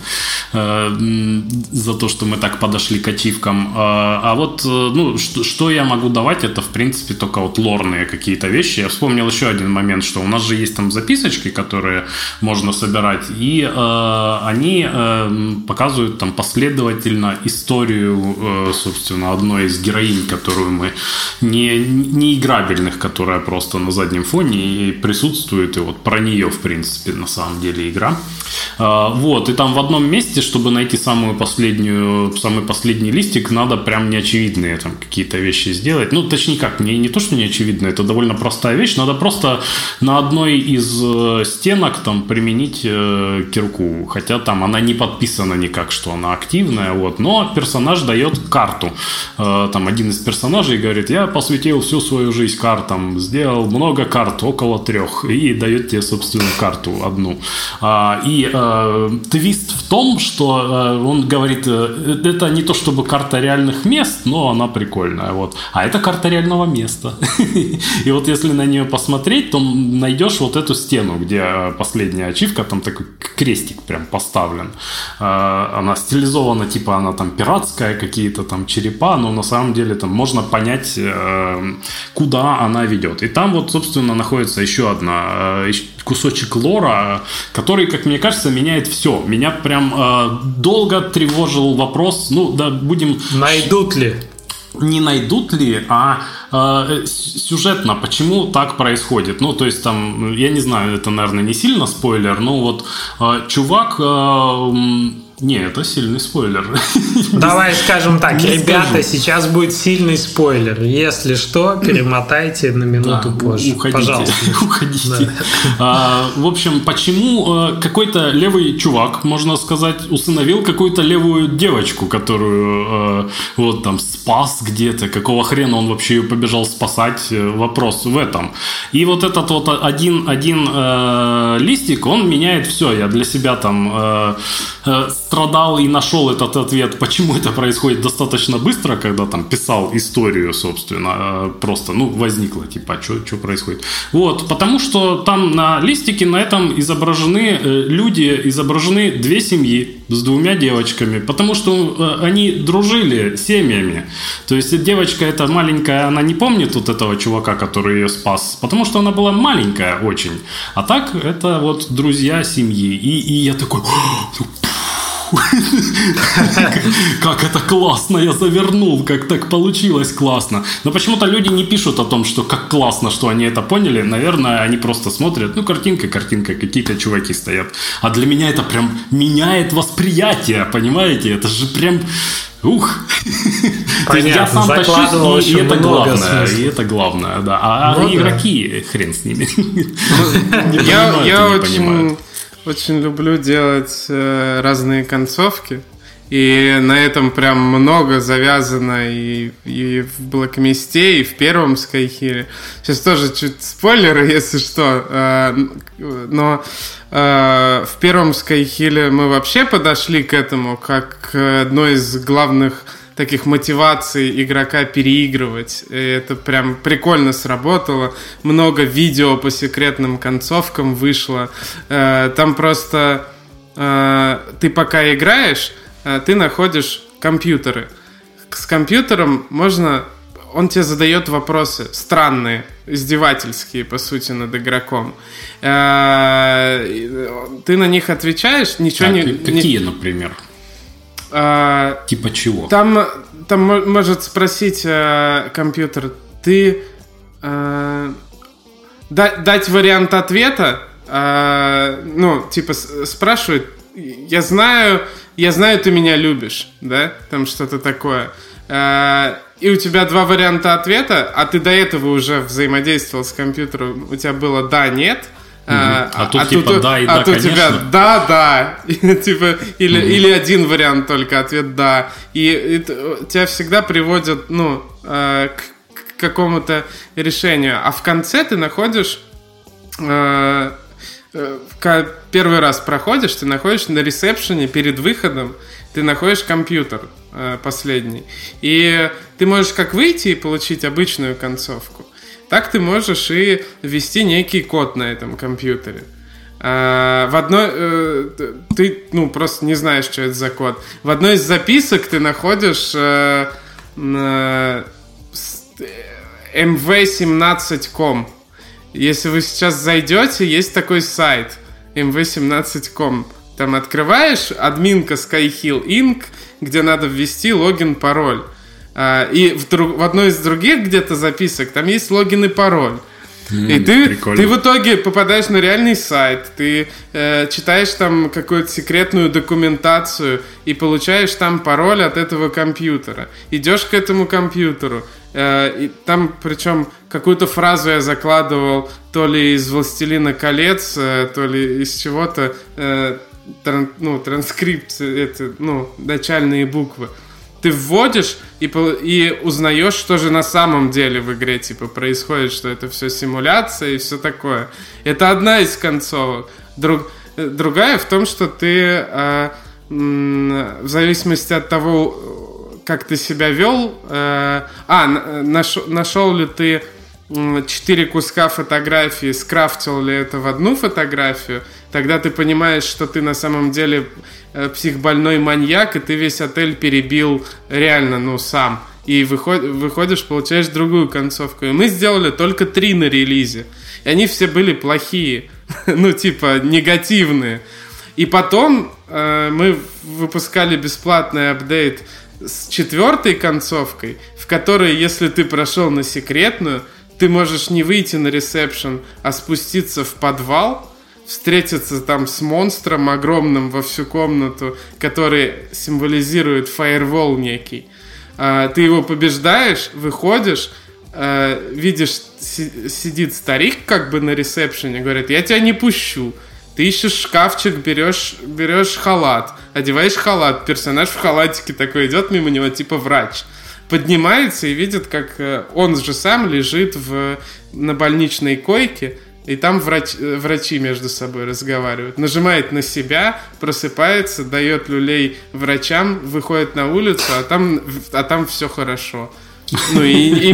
S2: За то, что мы так подошли к ачивкам. А вот, что я могу давать, это, в принципе, только вот лорные какие-то вещи. Я вспомнил еще один момент, что у нас же есть там записочки, которые можно собирать, и они показывают там последовательно историю, собственно, одной из героинь, которую мы не играбельных, которая просто на заднем фоне и присутствует, и вот про нее, в принципе, на самом деле игра. Вот, и там в одном месте, чтобы найти самый последний листик, надо прям неочевидные там какие-то вещи сделать. Ну, точнее как, не то, что неочевидно, это довольно простая вещь, надо просто на одной из стенок там применить кирку, хотя там она не подписана никак, что она активная, вот, но персонаж дает карту. Там один из персонажей говорит: я посвятил всю свою жизнь картам, сделал много карт, около 3, и дает тебе собственную карту одну. И твист в том, что он говорит: это не то чтобы карта реальных мест, но она прикольная, вот. А это карта реального места. И вот если на нее посмотреть, то найдешь вот эту стену, где последняя ачивка, там такой крестик прям поставлен. Она стилизована, типа она там пиратская, какие-то там черепа, но на самом деле там можно понять, куда она ведет. И там вот, собственно, находится еще одна кусочек лора, который, как мне кажется, меняет все. Меня прям долго тревожил вопрос, будем...
S1: Найдут ли?
S2: Не найдут ли, а сюжетно, почему так происходит. То есть там, я не знаю, это, наверное, не сильно спойлер, но вот чувак... Не, это сильный спойлер.
S1: Давай скажем так, ребята, сейчас будет сильный спойлер. Если что, перемотайте на минуту позже.
S2: Уходите.
S1: Пожалуйста.
S2: Уходите. Да. В общем, почему какой-то левый чувак, можно сказать, усыновил какую-то левую девочку, которую вот там спас где-то, какого хрена он вообще ее побежал спасать? Вопрос в этом. И вот этот вот один листик, он меняет все. Я для себя там страдал и нашел этот ответ, почему это происходит достаточно быстро, когда там писал историю, собственно, просто, возникло, типа, что происходит. Вот, потому что там на листике на этом изображены люди, изображены 2 семьи с 2 девочками, потому что они дружили семьями. То есть девочка эта маленькая, она не помнит вот этого чувака, который ее спас, потому что она была маленькая очень. А так, это вот друзья семьи. И я такой... Как это классно, я завернул, как так получилось классно. Но почему-то люди не пишут о том, что как классно, что они это поняли. Наверное, они просто смотрят, картинка, какие-то чуваки стоят. А для меня это прям меняет восприятие, понимаете? Это же прям...
S1: Понятно,
S2: я сам тащусь, и это главное.
S1: Смысла.
S2: И это главное, да. А игроки, хрен с ними.
S3: Я очень люблю делать разные концовки. И на этом прям много завязано и в Блэкмисте, и в первом Skyhill. Сейчас тоже чуть спойлеры, если что. Но в первом Skyhill мы вообще подошли к этому как к одной из главных таких мотиваций игрока переигрывать. И это прям прикольно сработало. Много видео по секретным концовкам вышло. Там просто ты пока играешь, ты находишь компьютеры. С компьютером можно... Он тебе задает вопросы странные, издевательские, по сути, над игроком. Ты на них отвечаешь, ничего не...
S2: Какие, например? Типа чего?
S3: Там может спросить компьютер, ты дать вариант ответа, спрашивает, я знаю, ты меня любишь, да, там что-то такое. И у тебя 2 варианта ответа, а ты до этого уже взаимодействовал с компьютером, у тебя было да, нет.
S2: Тут да и да,
S3: тут
S2: конечно.
S3: У тебя да. Типа, или один вариант только, ответ да. И тебя всегда приводят, к какому-то решению. А в конце ты находишь... Первый раз проходишь, ты находишь на ресепшене перед выходом, ты находишь компьютер последний. И ты можешь как выйти и получить обычную концовку, так ты можешь и ввести некий код на этом компьютере. В одной... Ты, просто не знаешь, что это за код. В одной из записок ты находишь mv17.com. Если вы сейчас зайдете, есть такой сайт mv17.com. Там открываешь, админка Skyhill Inc., где надо ввести логин, пароль. И в одной из других где-то записок там есть логин и пароль. И ты в итоге попадаешь на реальный сайт, ты читаешь там какую-то секретную документацию и получаешь там пароль от этого компьютера. Идешь к этому компьютеру, и там причем какую-то фразу я закладывал то ли из «Властелина колец», то ли из чего-то, транскрипции, начальные буквы. Ты вводишь и узнаешь, что же на самом деле в игре происходит, что это все симуляция и все такое. Это одна из концовок. Другая в том, что ты в зависимости от того, как ты себя вел, нашел ли ты 4 куска фотографии, скрафтил ли это в одну фотографию, тогда ты понимаешь, что ты на самом деле психбольной маньяк, и ты весь отель перебил реально, сам. И выходишь, получаешь другую концовку. И мы сделали только 3 на релизе. И они все были плохие. Негативные. И потом мы выпускали бесплатный апдейт с 4 концовкой, в которой, если ты прошел на секретную, ты можешь не выйти на ресепшн, а спуститься в подвал, встретиться там с монстром огромным во всю комнату, который символизирует фаервол некий. Ты его побеждаешь, выходишь, видишь, сидит старик на ресепшене, говорит: я тебя не пущу. Ты ищешь шкафчик, берешь халат, одеваешь халат, персонаж в халатике такой идет мимо него, врач. Поднимается и видит, как он же сам лежит на больничной койке, и там врачи между собой разговаривают. Нажимает на себя, просыпается, дает люлей врачам, выходит на улицу, а там все хорошо. И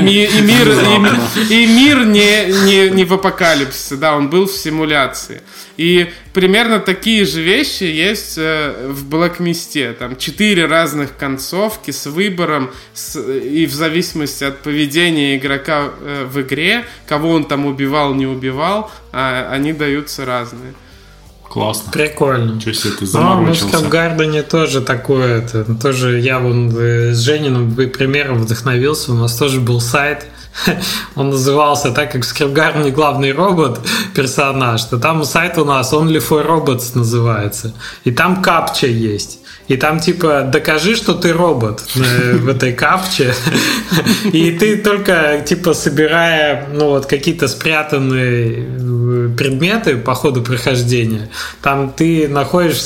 S3: мир не в апокалипсисе, да, он был в симуляции. И примерно такие же вещи есть в Black Mist. Там 4 разных концовки с выбором, и в зависимости от поведения игрока в игре, кого он там убивал, не убивал, они даются разные.
S2: Классно.
S1: Прикольно.
S2: Что себе ты заморочился?
S1: В Скрипгардене тоже такое. Тоже я с Жениным примером вдохновился. У нас тоже был сайт. Он назывался так, как в Скрипгардене главный робот персонаж, то там сайт у нас Only for Robots называется. И там капча есть. И там докажи, что ты робот в этой капче. И ты только собирая какие-то спрятанные предметы по ходу прохождения, там ты находишь,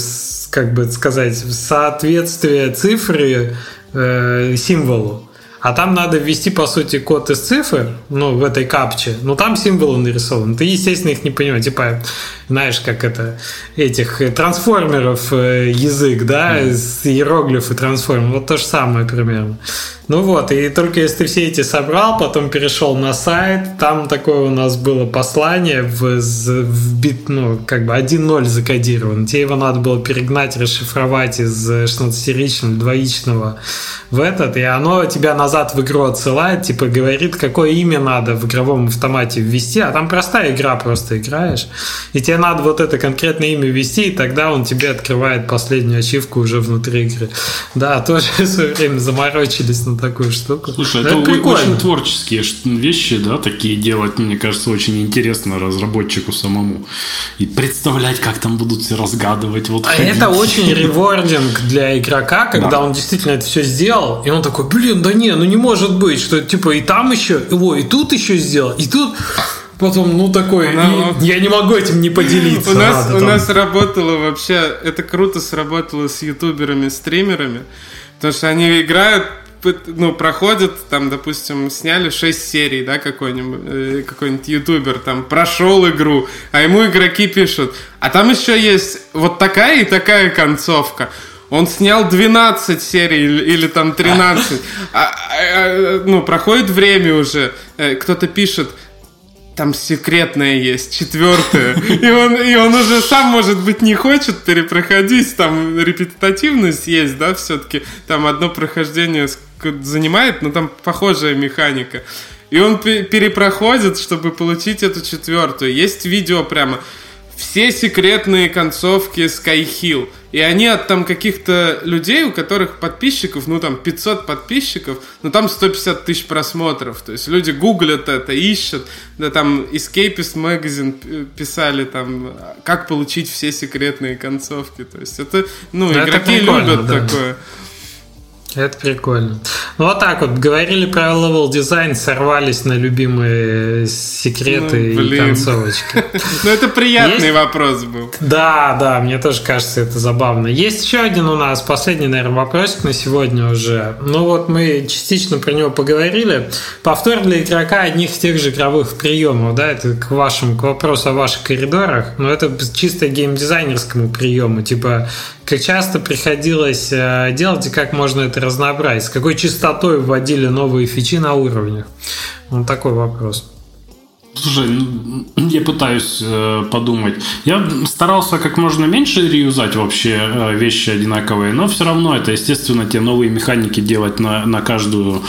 S1: соответствие цифры символу. А там надо ввести, по сути, код из цифр, в этой капче. Но там символы нарисованы. Ты, естественно, их не понимаешь. Знаешь, как этих трансформеров язык, да, иероглифы трансформеров. Вот то же самое примерно. И только если ты все эти собрал, потом перешел на сайт, там такое у нас было послание в бит, 1.0 закодировано. Тебе его надо было перегнать, расшифровать из 16-ричного, двоичного в этот, и оно тебя назад в игру отсылает, говорит, какое имя надо в игровом автомате ввести, а там простая игра, просто играешь, и тебе надо вот это конкретное имя ввести, и тогда он тебе открывает последнюю ачивку уже внутри игры. Да, тоже в свое время заморочились на такую штуку.
S2: Слушай, это очень творческие вещи, да, такие делать, мне кажется, очень интересно разработчику самому. И представлять, как там будут все разгадывать.
S1: Это очень ревординг для игрока, когда он действительно это все сделал, и он такой: не может быть, что и там еще, и тут еще сделал, и тут... Потом, я не могу этим не поделиться.
S3: У нас работало вообще, это круто сработало с ютуберами, стримерами, потому что они играют, проходят, там, допустим, сняли 6 серий, да, какой-нибудь ютубер там прошел игру, а ему игроки пишут: а там еще есть вот такая и такая концовка. Он снял 12 серий или там 13. Проходит время уже, кто-то пишет: там секретная есть, 4-я. И он уже сам, может быть, не хочет перепроходить. Там репетативность есть, да, все-таки. Там одно прохождение занимает, но там похожая механика. И он перепроходит, чтобы получить эту 4-ю. Есть видео прямо. Все секретные концовки Sky Hill. И они от там каких-то людей, у которых подписчиков, ну там 500 подписчиков, ну там 150 тысяч просмотров. То есть люди гуглят это, ищут. Да, там Escapist Magazine писали там, как получить все секретные концовки. То есть это, ну, да, игроки любят такое.
S1: Это прикольно. Ну, вот так вот, говорили про левел дизайн, сорвались на любимые секреты и концовочки.
S3: Ну, это приятный вопрос был.
S1: Да, мне тоже кажется, это забавно. Есть еще один у нас, последний, наверное, вопросик на сегодня уже. Ну, вот мы частично про него поговорили. Повтор для игрока одних из тех же игровых приемов, да, это к вопросу о ваших коридорах, но это чисто геймдизайнерскому приему, типа, как часто приходилось делать и как можно это разнообразить? С какой частотой вводили новые фичи на уровнях? Вот такой вопрос.
S2: Слушай, я пытаюсь подумать. Я старался как можно меньше реюзать вообще вещи одинаковые, но все равно это, естественно, те новые механики делать на каждую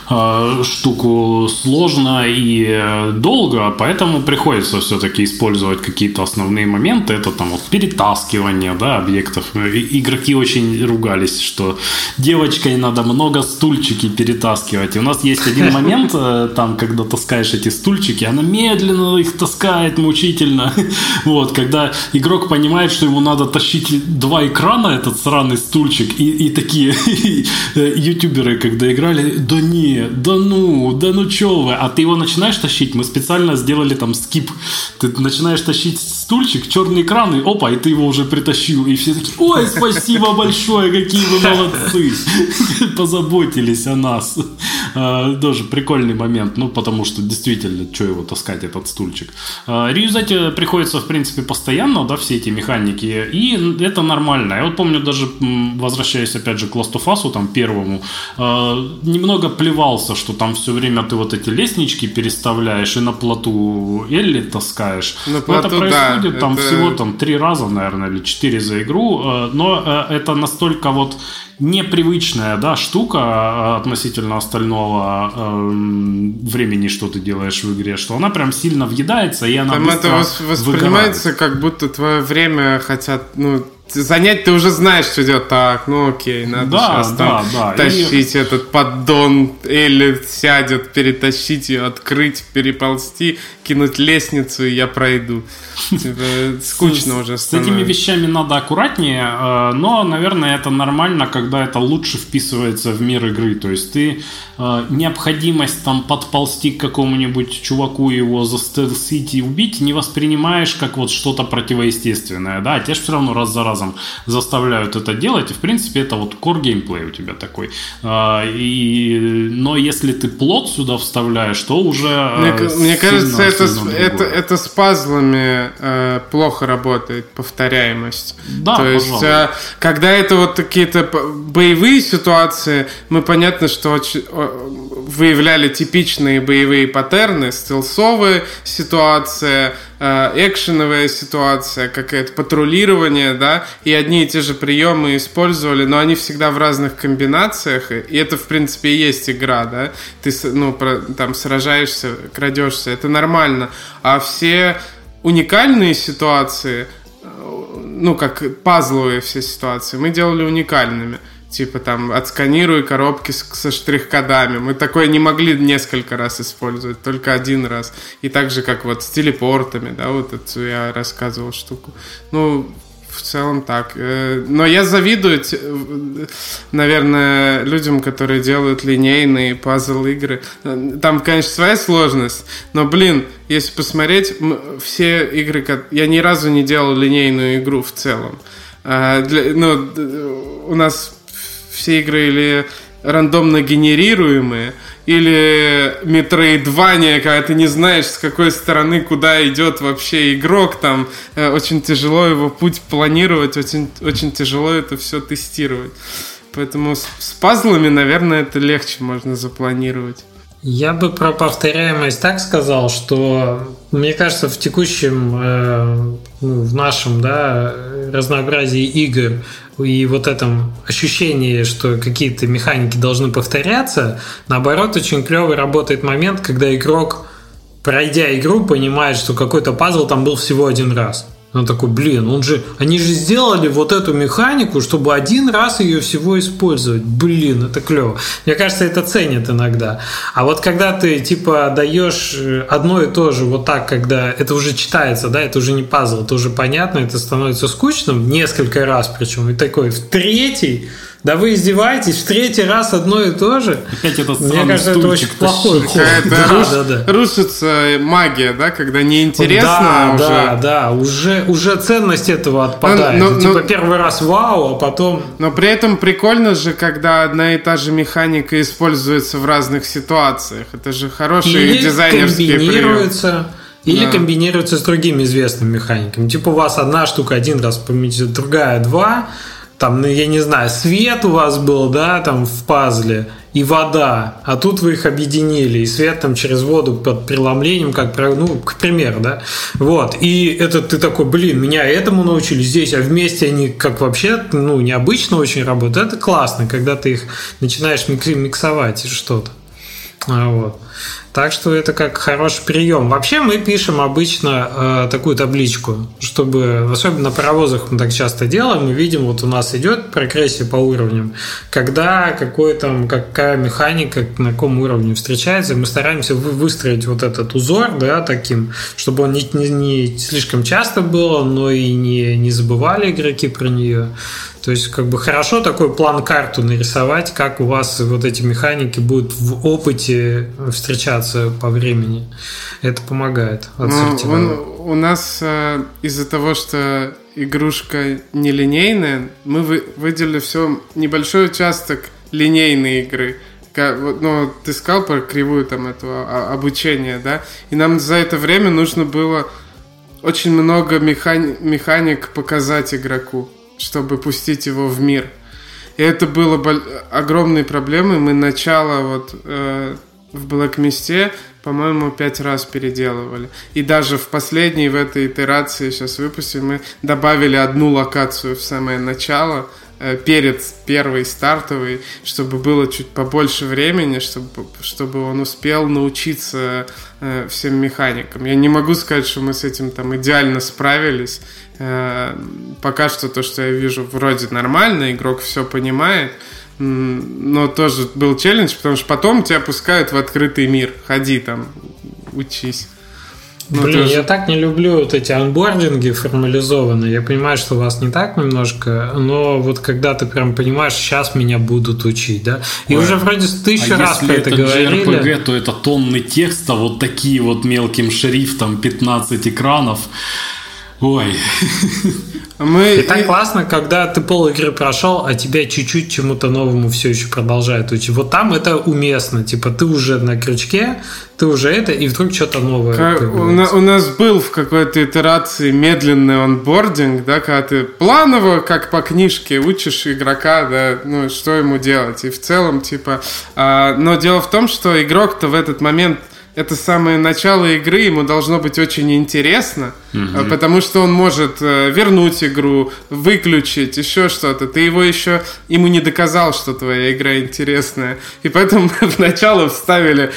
S2: штуку сложно и долго, поэтому приходится все-таки использовать какие-то основные моменты. Это там вот перетаскивание, да, объектов. Игроки очень ругались, что девочкой надо много стульчики перетаскивать. И у нас есть один момент, там, когда таскаешь эти стульчики, она медленно их таскает мучительно. Вот, когда игрок понимает, что ему надо тащить 2 экрана, этот сраный стульчик, и такие ютуберы, когда играли, да ну чё вы, а ты его начинаешь тащить, мы специально сделали там скип, ты начинаешь тащить стульчик, черный экран, и опа, и ты его уже притащил, и все такие, ой, спасибо большое, какие вы молодцы, позаботились о нас. Тоже прикольный момент, ну, потому что действительно, что его таскать, этот стульчик. Реюзать приходится, в принципе, постоянно, да, все эти механики, и это нормально. Я вот помню, даже возвращаясь, опять же, к Last of Us, там, первому, немного плевался, что там все время ты вот эти лестнички переставляешь и на плоту Элли таскаешь.
S3: На плоту,
S2: это происходит там всего там 3 раза, наверное, или 4 за игру, но это настолько вот непривычная, да, штука относительно остального времени, что ты делаешь в игре, что она прям сильно въедается, и она
S3: там
S2: быстро
S3: это воспринимается, как будто твое время хотят, ну, занять ты уже знаешь, что делать. Так, ну окей, надо сейчас там тащить этот поддон, или сядет, перетащить ее, открыть, переползти, кинуть лестницу, и я пройду. Скучно уже становится.
S2: С этими вещами надо аккуратнее, но, наверное, это нормально, когда это лучше вписывается в мир игры. То есть ты необходимость там подползти к какому-нибудь чуваку, его застелсить и убить не воспринимаешь как вот что-то противоестественное, да, тебя же все равно раз за разом заставляют это делать, и в принципе это вот core геймплей у тебя такой. Но если ты плот сюда вставляешь, то уже
S3: мне кажется, это с пазлами плохо работает, повторяемость.
S2: Да,
S3: то есть, когда это вот какие-то боевые ситуации, мы понятно, что выявляли типичные боевые паттерны, стелсовая ситуация, экшеновая ситуация, какое-то патрулирование, да, и одни и те же приемы использовали, но они всегда в разных комбинациях, и это, в принципе, и есть игра, да, ты, ну, там сражаешься, крадешься, это нормально, а все уникальные ситуации, ну, как пазловые все ситуации, мы делали уникальными. Типа там отсканируй коробки со штрих-кодами. Мы такое не могли несколько раз использовать, только один раз. И так же, как вот с телепортами, да, вот эту я рассказывал штуку. Ну, в целом так. Но я завидую, наверное, людям, которые делают линейные пазл-игры. Там, конечно, своя сложность, но, блин, если посмотреть, все игры... Я ни разу не делал линейную игру в целом. У нас все игры или рандомно генерируемые, или Metroidvania, когда ты не знаешь, с какой стороны куда идет вообще игрок, там очень тяжело его путь планировать, очень, очень тяжело это все тестировать. Поэтому с пазлами, наверное, это легче можно запланировать.
S1: Я бы про повторяемость так сказал, что мне кажется, в текущем, в нашем, да, разнообразии игр и вот этом ощущении, что какие-то механики должны повторяться, наоборот, очень клёвый работает момент, когда игрок, пройдя игру, понимает, что какой-то пазл там был всего один раз. Он такой, блин, они же сделали вот эту механику, чтобы один раз ее всего использовать. Блин, это клево. Мне кажется, это ценят иногда. А вот когда ты, типа, даешь одно и то же вот так, когда это уже читается, да, это уже не пазл, это уже понятно, это становится скучным несколько раз причем. И такой, в третий... Да вы издеваетесь? В третий раз одно и то же? Мне кажется, это очень плохой ход.
S3: Рушится магия, да, когда неинтересно уже.
S1: Да, уже ценность этого отпадает. Типа первый раз вау, а потом...
S3: Но при этом прикольно же, когда одна и та же механика используется в разных ситуациях. Это же хорошие дизайнерские приемы.
S1: Или комбинируется с другими известными механиками. Типа у вас одна штука один раз, другая два... Там, я не знаю, свет у вас был, да, там в пазле, и вода, а тут вы их объединили, и свет там через воду под преломлением, как, ну, к примеру, да, вот, и это ты такой, блин, меня этому научили здесь, а вместе они как вообще, ну, необычно очень работают, это классно, когда ты их начинаешь миксовать что-то, вот. Так что это как хороший прием. Вообще мы пишем обычно такую табличку, чтобы, особенно на паровозах мы так часто делаем, мы видим, вот у нас идет прогрессия по уровням, когда какая механика на каком уровне встречается, мы стараемся выстроить вот этот узор, да, таким, чтобы он не слишком часто был, но и не забывали игроки про нее. То есть, как бы хорошо такой план-карту нарисовать, как у вас вот эти механики будут в опыте встречаться по времени. Это помогает отсортировать.
S3: У нас из-за того, что игрушка нелинейная, мы выделили все небольшой участок линейной игры. Ну, ты сказал про кривую там этого обучения, да? И нам за это время нужно было очень много механик показать игроку, чтобы пустить его в мир. И это было огромной проблемой. Мы начало вот в Black Mist, по-моему, 5 раз переделывали. И даже в последней, в этой итерации сейчас выпустили, мы добавили одну локацию в самое начало, перед первой стартовой, чтобы было чуть побольше времени, чтобы он успел научиться всем механикам. Я не могу сказать, что мы с этим там идеально справились. Пока что то, что я вижу, вроде нормально, игрок все понимает, но тоже был челлендж, потому что потом тебя пускают в открытый мир. Ходи там, учись.
S1: Блин, я так не люблю вот эти анбординги формализованные. Я понимаю, что у вас не так немножко, но вот когда ты прям понимаешь, сейчас меня будут учить, да? И уже вроде 1000 раз про это говорили.
S2: Если это JRPG, то это тонны текста, вот такие вот мелким шрифтом, 15 экранов. Ой.
S1: И так классно, когда ты пол игры прошел, а тебя чуть-чуть чему-то новому все еще продолжает учить. Вот там это уместно. Типа ты уже на крючке, ты уже это, и вдруг что-то новое.
S3: У нас был в какой-то итерации медленный онбординг, да, когда ты планово, как по книжке, учишь игрока, да, ну, что ему делать. И в целом, типа... но дело в том, что игрок-то в этот момент... Это самое начало игры, ему должно быть очень интересно, потому что он может вернуть игру, выключить, еще что-то. Ты ему не доказал, что твоя игра интересная. И поэтому мы вначале вставили,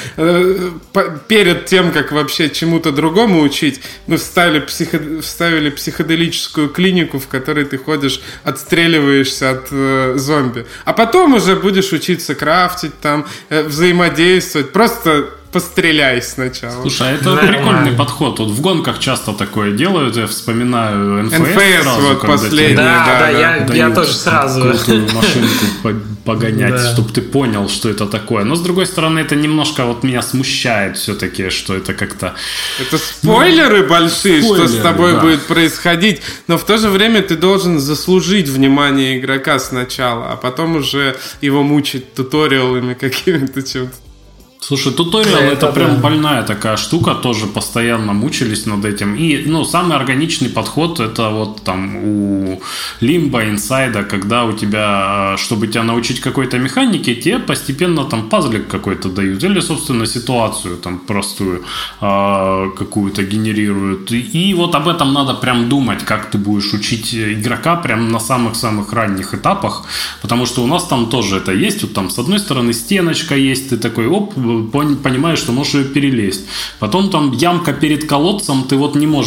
S3: перед тем, как вообще чему-то другому учить, мы вставили психоделическую клинику, в которой ты ходишь, отстреливаешься от зомби. А потом уже будешь учиться крафтить, там, взаимодействовать. Просто... постреляй сначала.
S2: Слушай, это прикольный подход. Вот в гонках часто такое делают. Я вспоминаю НФС сразу,
S3: вот последний.
S1: Да, я тоже сразу.
S2: Крутую машинку погонять, чтобы ты понял, что это такое. Но, с другой стороны, это немножко вот меня смущает все-таки, что это как-то...
S3: Это спойлеры большие, что с тобой будет происходить. Но в то же время ты должен заслужить внимание игрока сначала, а потом уже его мучить туториалами какими-то чем-то.
S2: Слушай, туториал это прям больная такая штука, тоже постоянно мучились над этим. И, ну, самый органичный подход это вот там у Limbo, Inside, когда у тебя, чтобы тебя научить какой-то механике, тебе постепенно там пазлик какой-то дают, или, собственно, ситуацию там простую какую-то генерируют. И вот об этом надо прям думать, как ты будешь учить игрока прям на самых-самых ранних этапах, потому что у нас там тоже это есть, вот там с одной стороны стеночка есть, ты такой, оп, понимаешь, что можешь ее перелезть. Потом там ямка перед колодцем, ты вот не можешь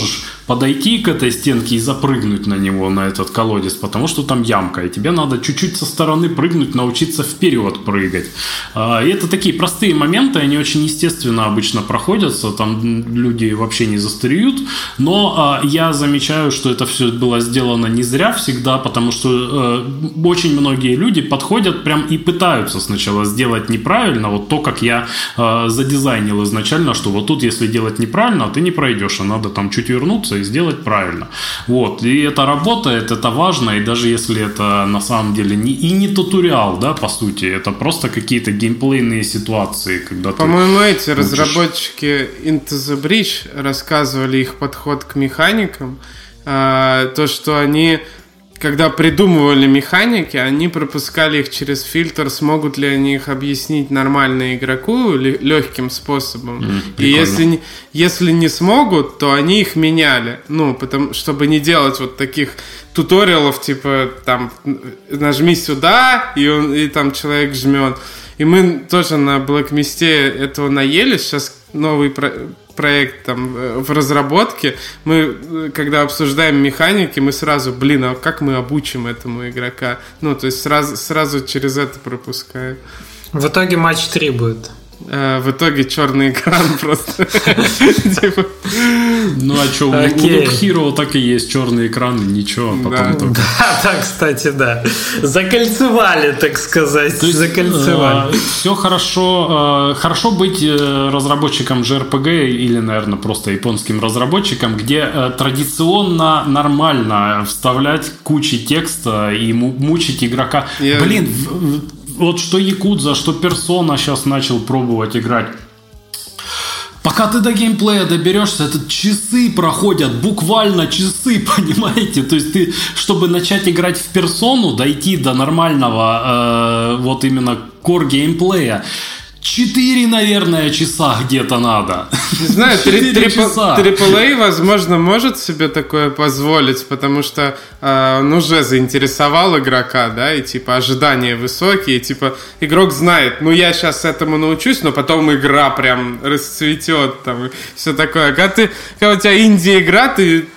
S2: подойти к этой стенке и запрыгнуть на него, на этот колодец, потому что там ямка, и тебе надо чуть-чуть со стороны прыгнуть, научиться вперед прыгать. И это такие простые моменты, они очень естественно обычно проходятся, там люди вообще не застареют, но я замечаю, что это все было сделано не зря всегда, потому что очень многие люди подходят прям и пытаются сначала сделать неправильно, вот то, как я задизайнил изначально, что вот тут, если делать неправильно, ты не пройдешь, а надо там чуть вернуться и сделать правильно. Вот, и это работает, это важно, и даже если это на самом деле не туториал, да, по сути, это просто какие-то геймплейные ситуации, когда
S3: по-моему, эти разработчики Into the Breach рассказывали их подход к механикам, то, что они, когда придумывали механики, они пропускали их через фильтр, смогут ли они их объяснить нормально игроку легким способом. И если не смогут, то они их меняли. Чтобы не делать вот таких туториалов, типа там нажми сюда, и там человек жмет. И мы тоже на Black Mist этого наелись. Сейчас новый проект там в разработке. Мы, когда обсуждаем механики, мы сразу, а как мы обучим этому игрока? То есть сразу через это пропускаем.
S1: В итоге матч 3 будет.
S3: В итоге черный экран просто.
S2: Ну а что, у Loop Hero так и есть черный экран, и ничего.
S1: Да, кстати, да. Закольцевали, так сказать. Закольцевали.
S2: Все хорошо. Хорошо быть разработчиком JRPG или, наверное, просто японским разработчиком, где традиционно нормально вставлять кучу текста и мучить игрока. Вот что Якудза, что Persona сейчас начал пробовать играть. Пока ты до геймплея доберешься, это часы проходят, буквально часы, понимаете? То есть ты, чтобы начать играть в Персону, дойти до нормального вот именно core геймплея, 4, наверное, часа где-то надо.
S3: Не знаю, AAA, возможно, может себе такое позволить, потому что он уже заинтересовал игрока, да, и типа ожидания высокие, типа игрок знает, я сейчас этому научусь, но потом игра прям расцветет, там, и все такое. Когда у тебя инди-игра, ты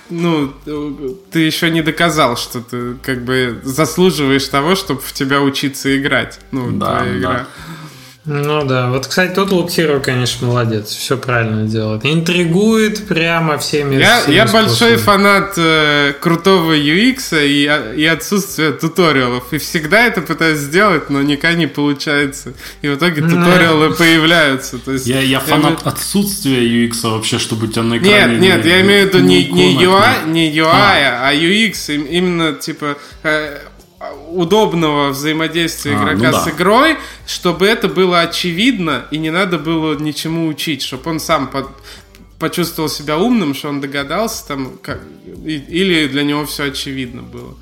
S3: еще не доказал, что ты как бы заслуживаешь того, чтобы в тебя учиться играть. Твоя игра.
S1: Вот, кстати, тот Loop Hero, конечно, молодец, все правильно делает. Интригует прямо всеми
S3: Я большой фанат крутого UX и отсутствия туториалов. И всегда это пытаюсь сделать, но никогда не получается. И в итоге туториалы появляются. То есть,
S2: я фанат отсутствия UX вообще, чтобы у тебя на экране...
S3: Нет, я имею в виду не UI, а UX. Именно, типа... удобного взаимодействия игрока с игрой, чтобы это было очевидно и не надо было ничему учить, чтобы он сам почувствовал себя умным, что он догадался там, или для него все очевидно было.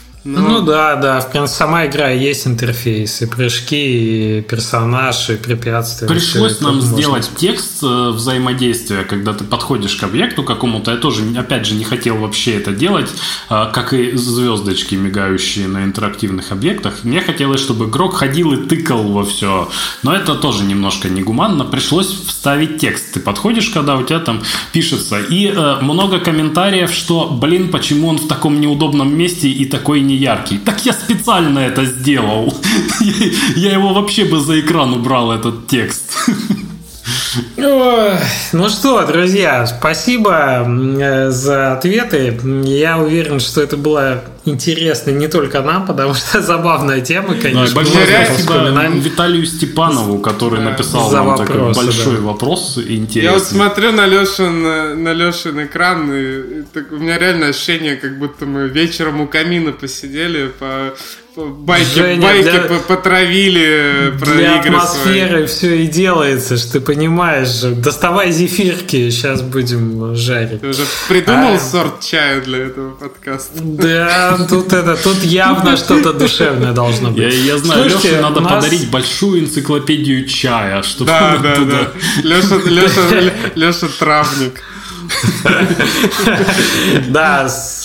S1: Да, в принципе, сама игра есть интерфейс, и прыжки, и персонаж, и препятствия.
S2: Пришлось нам сделать текст взаимодействия, когда ты подходишь к объекту какому-то. Я тоже, опять же, не хотел вообще это делать, как и звездочки, мигающие на интерактивных объектах. Мне хотелось, чтобы игрок ходил и тыкал во все. Но это тоже немножко негуманно. Пришлось вставить текст. Ты подходишь, когда у тебя там пишется. И много комментариев, что, почему он в таком неудобном месте и такой не яркий. Так я специально это сделал. Я его вообще бы за экран убрал, этот текст.
S1: Ну что, друзья, спасибо за ответы. Я уверен, что это было интересно не только нам, потому что забавная тема, конечно.
S2: Большое спасибо Виталию Степанову, который написал нам такой большой вопрос интересный.
S3: Я вот смотрю на Лешин экран, и у меня реально ощущение, как будто мы вечером у камина посидели, байки потравили про
S1: для
S3: игры
S1: атмосферы
S3: свои.
S1: Все и делается, что ты понимаешь. Доставай зефирки, сейчас будем жарить.
S3: Ты уже придумал сорт чая для этого подкаста?
S1: Да, тут явно что-то душевное должно быть.
S2: Я знаю, Леше надо подарить большую энциклопедию чая, чтобы
S3: да. Леша травник.
S1: Да,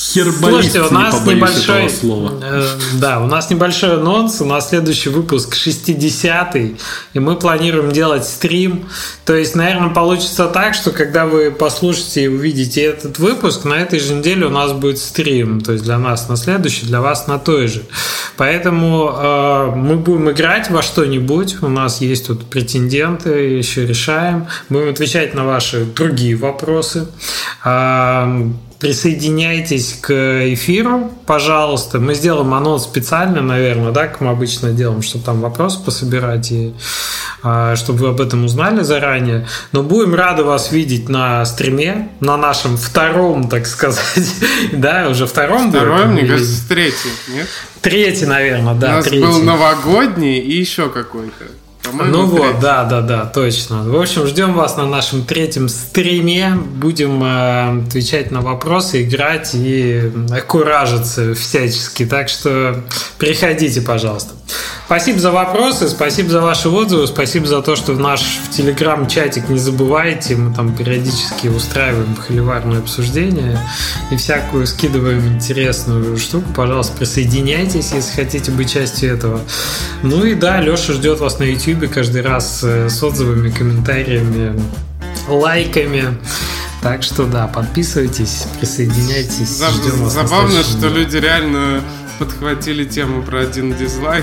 S2: Хербалист.
S1: Слушайте, у нас небольшой, у нас небольшой анонс. У нас следующий выпуск 60-й, и мы планируем делать стрим. То есть, наверное, получится так, что когда вы послушаете и увидите этот выпуск, на этой же неделе у нас будет стрим. То есть для нас на следующий, для вас на той же. Поэтому мы будем играть во что-нибудь. У нас есть тут претенденты, еще решаем. Будем отвечать на ваши другие вопросы. Присоединяйтесь к эфиру, пожалуйста. Мы сделаем анонс специально, наверное, да, как мы обычно делаем, чтобы там вопросы пособирать и чтобы вы об этом узнали заранее. Но будем рады вас видеть на стриме, на нашем втором, так сказать, да, уже втором.
S3: Второй, мне кажется, третий, нет?
S1: Третий, наверное, да.
S3: У нас
S1: третий.
S3: был новогодний и еще какой-то.
S1: Ну вот, да, точно. В общем, ждем вас на нашем третьем стриме. Будем отвечать на вопросы, играть и куражиться всячески. Так что приходите, пожалуйста. Спасибо за вопросы, спасибо за ваши отзывы, спасибо за то, что в наш телеграм-чатик не забывайте. Мы там периодически устраиваем холиварные обсуждения и всякую скидываем интересную штуку. Пожалуйста, присоединяйтесь, если хотите быть частью этого. Ну и да, Леша ждет вас на YouTube каждый раз с отзывами, комментариями, лайками. Так что да, подписывайтесь, присоединяйтесь. Ждем вас.
S3: Забавно, что люди реально подхватили тему про один дизлайк.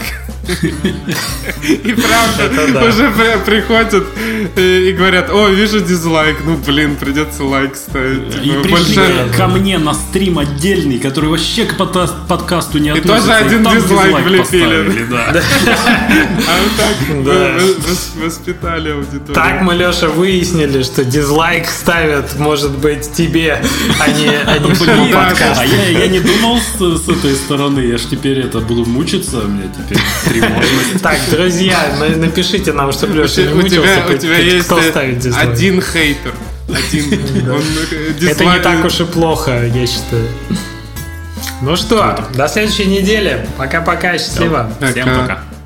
S3: И правда, уже приходят и говорят: о, вижу дизлайк, ну блин, придется лайк ставить.
S2: И пришли ко мне на стрим отдельный, который вообще к подкасту не относится.
S3: И тоже один дизлайк влепили. А так воспитали аудиторию.
S1: Так мы, Леша, выяснили, что дизлайк ставят, может быть, тебе, а не всему подкасту.
S2: А я не думал с этой стороны. Я ж теперь буду мучиться, у меня теперь тревожность.
S1: Так, друзья, напишите нам, чтобы Леша не мучился.
S3: У тебя есть один хейтер.
S1: Это не так уж и плохо, я считаю. Ну что, до следующей недели. Пока-пока, счастливо.
S2: Всем пока.